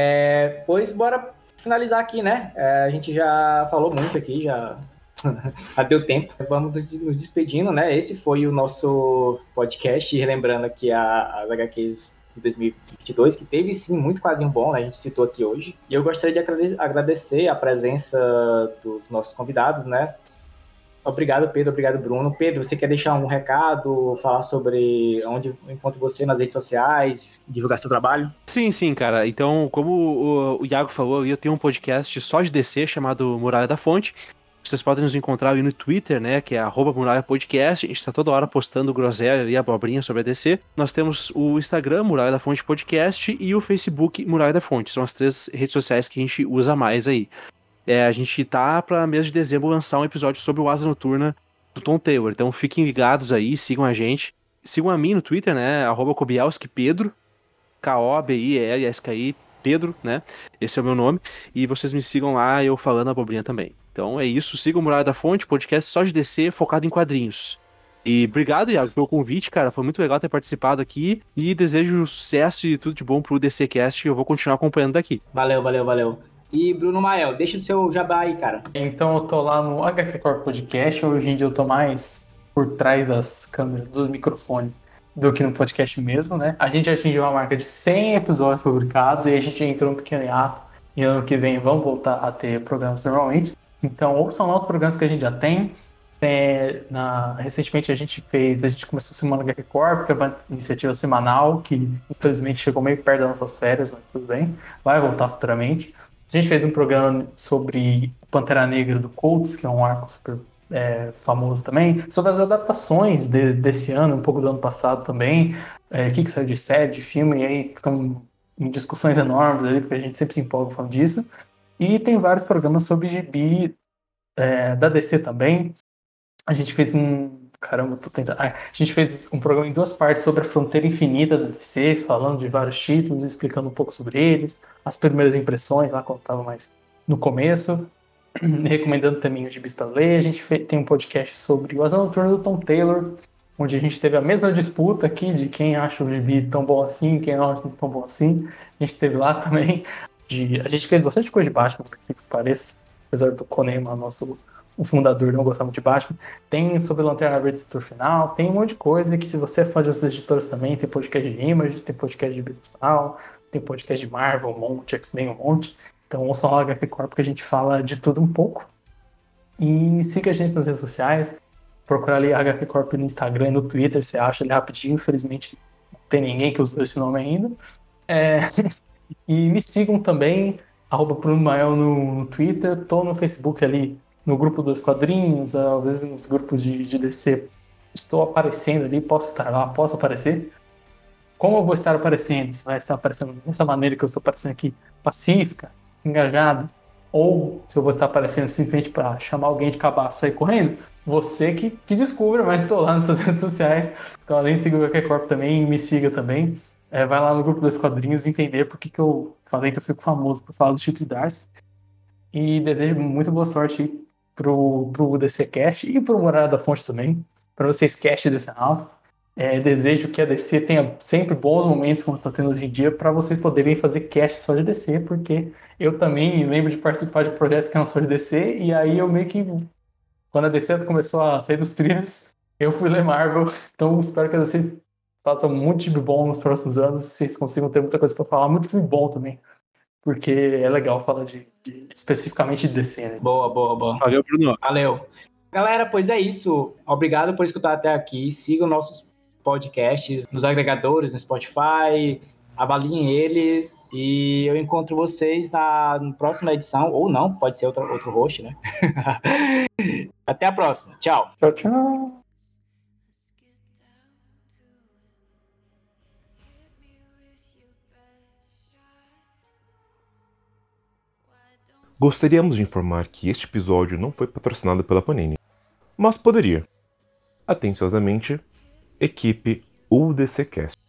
É, pois bora finalizar aqui, né? É, a gente já falou muito aqui, já... já deu tempo. Vamos nos despedindo, né? Esse foi o nosso podcast, relembrando aqui a, as H Qs de dois mil e vinte e dois, que teve sim muito quadrinho bom, né? A gente citou aqui hoje. E eu gostaria de agradecer a presença dos nossos convidados, né? Obrigado, Pedro. Obrigado, Bruno. Pedro, você quer deixar um recado, falar sobre onde eu encontro você nas redes sociais, divulgar seu trabalho? Sim, sim, cara. Então, como o, o Iago falou, eu tenho um podcast só de D C chamado Muralha da Fonte. Vocês podem nos encontrar ali no Twitter, né, que é arroba Muralha Podcast. A gente tá toda hora postando groselha e abobrinha sobre a D C. Nós temos o Instagram, Muralha da Fonte Podcast, e o Facebook, Muralha da Fonte. São as três redes sociais que a gente usa mais aí. É, a gente tá pra mês de dezembro lançar um episódio sobre o Asa Noturna do Tom Taylor. Então fiquem ligados aí, sigam a gente. Sigam a mim no Twitter, né, arroba Kobielski Pedro, K O B I L S K I, Pedro, né? Esse é o meu nome. E vocês me sigam lá, eu falando abobrinha também. Então é isso, sigam o Muralha da Fonte, podcast só de D C, focado em quadrinhos. E obrigado, Iago, pelo convite, cara. Foi muito legal ter participado aqui. E desejo sucesso e tudo de bom pro DCcast. Eu vou continuar acompanhando daqui. Valeu, valeu, valeu. E Bruno Mael, deixa o seu jabá aí, cara. Então eu tô lá no H Q Corp Podcast. Hoje em dia eu tô mais por trás das câmeras, dos microfones, do que no podcast mesmo, né? A gente atingiu uma marca de cem episódios publicados e a gente entrou um pequeno hiato. E ano que vem vamos voltar a ter programas normalmente. Então ouçam lá os programas que a gente já tem. É, na, recentemente a gente fez, a gente começou a Semana H Q Corp, que é uma iniciativa semanal, que infelizmente chegou meio perto das nossas férias, mas tudo bem, vai voltar futuramente. A gente fez um programa sobre Pantera Negra do Colts, que é um arco super é, famoso também, sobre as adaptações de, desse ano, um pouco do ano passado também, é, o que, que saiu de série, de filme, e aí ficam em discussões enormes ali, porque a gente sempre se empolga falando disso. E tem vários programas sobre gibi é, da D C também. A gente fez um... Caramba, tô tentando... Ah, a gente fez um programa em duas partes sobre a Fronteira Infinita da D C, falando de vários títulos, explicando um pouco sobre eles, as primeiras impressões, lá quando tava mais no começo, recomendando também os gibis para ler. A gente fez, tem um podcast sobre o Asa Noturna do Tom Taylor, onde a gente teve a mesma disputa aqui de quem acha o gibi tão bom assim, quem não acha tão bom assim. A gente teve lá também, de, a gente fez bastante coisa de Batman, por que pareça, apesar do Konema, nosso... o fundador não gostava muito de Batman. Tem sobre Lanterna Verde Setor Final, tem um monte de coisa que se você é fã de outras editoras também, tem podcast de Image, tem podcast de Bitusal, tem podcast de Marvel, um monte, X-Men, um monte. Então ouçam lá o H Q Corp que a gente fala de tudo um pouco. E siga a gente nas redes sociais, procura ali H Q Corp no Instagram e no Twitter, você acha ele rapidinho, infelizmente não tem ninguém que usou esse nome ainda. É... e me sigam também, arroba Bruno Mael no, no Twitter, tô no Facebook ali, no grupo dos quadrinhos, às vezes nos grupos de, de D C, estou aparecendo ali, posso estar lá, posso aparecer. Como eu vou estar aparecendo? Se vai estar aparecendo dessa maneira que eu estou aparecendo aqui, pacífica, engajada, ou se eu vou estar aparecendo simplesmente para chamar alguém de cabaço e sair correndo, você que, que descubra, mas estou lá nessas redes sociais. Então, além de seguir o H Q Corp também, me siga também. É, vai lá no grupo dos quadrinhos entender por que, que eu falei que eu fico famoso por falar dos Chips e Darcy. E desejo muita boa sorte pro, pro DCcast e pro Muralha da Fonte também, para vocês cast desse alto. É, desejo que a D C tenha sempre bons momentos como está tendo hoje em dia para vocês poderem fazer cast só de D C, porque eu também lembro de participar de projetos que eram só de D C, e aí eu meio que, quando a D C começou a sair dos trilhos, eu fui ler Marvel. Então espero que a D C faça muito filme bom nos próximos anos, vocês consigam ter muita coisa para falar, muito filme bom também, porque é legal falar de, de especificamente de D C, né? Boa, boa, boa. Valeu, Bruno. Valeu. Galera, pois é isso. Obrigado por escutar até aqui. Sigam nossos podcasts nos agregadores, no Spotify, avaliem eles e eu encontro vocês na, na próxima edição, ou não, pode ser outro, outro host, né? Até a próxima. Tchau. Tchau, tchau. Gostaríamos de informar que este episódio não foi patrocinado pela Panini, mas poderia. Atenciosamente, equipe U D C Cast.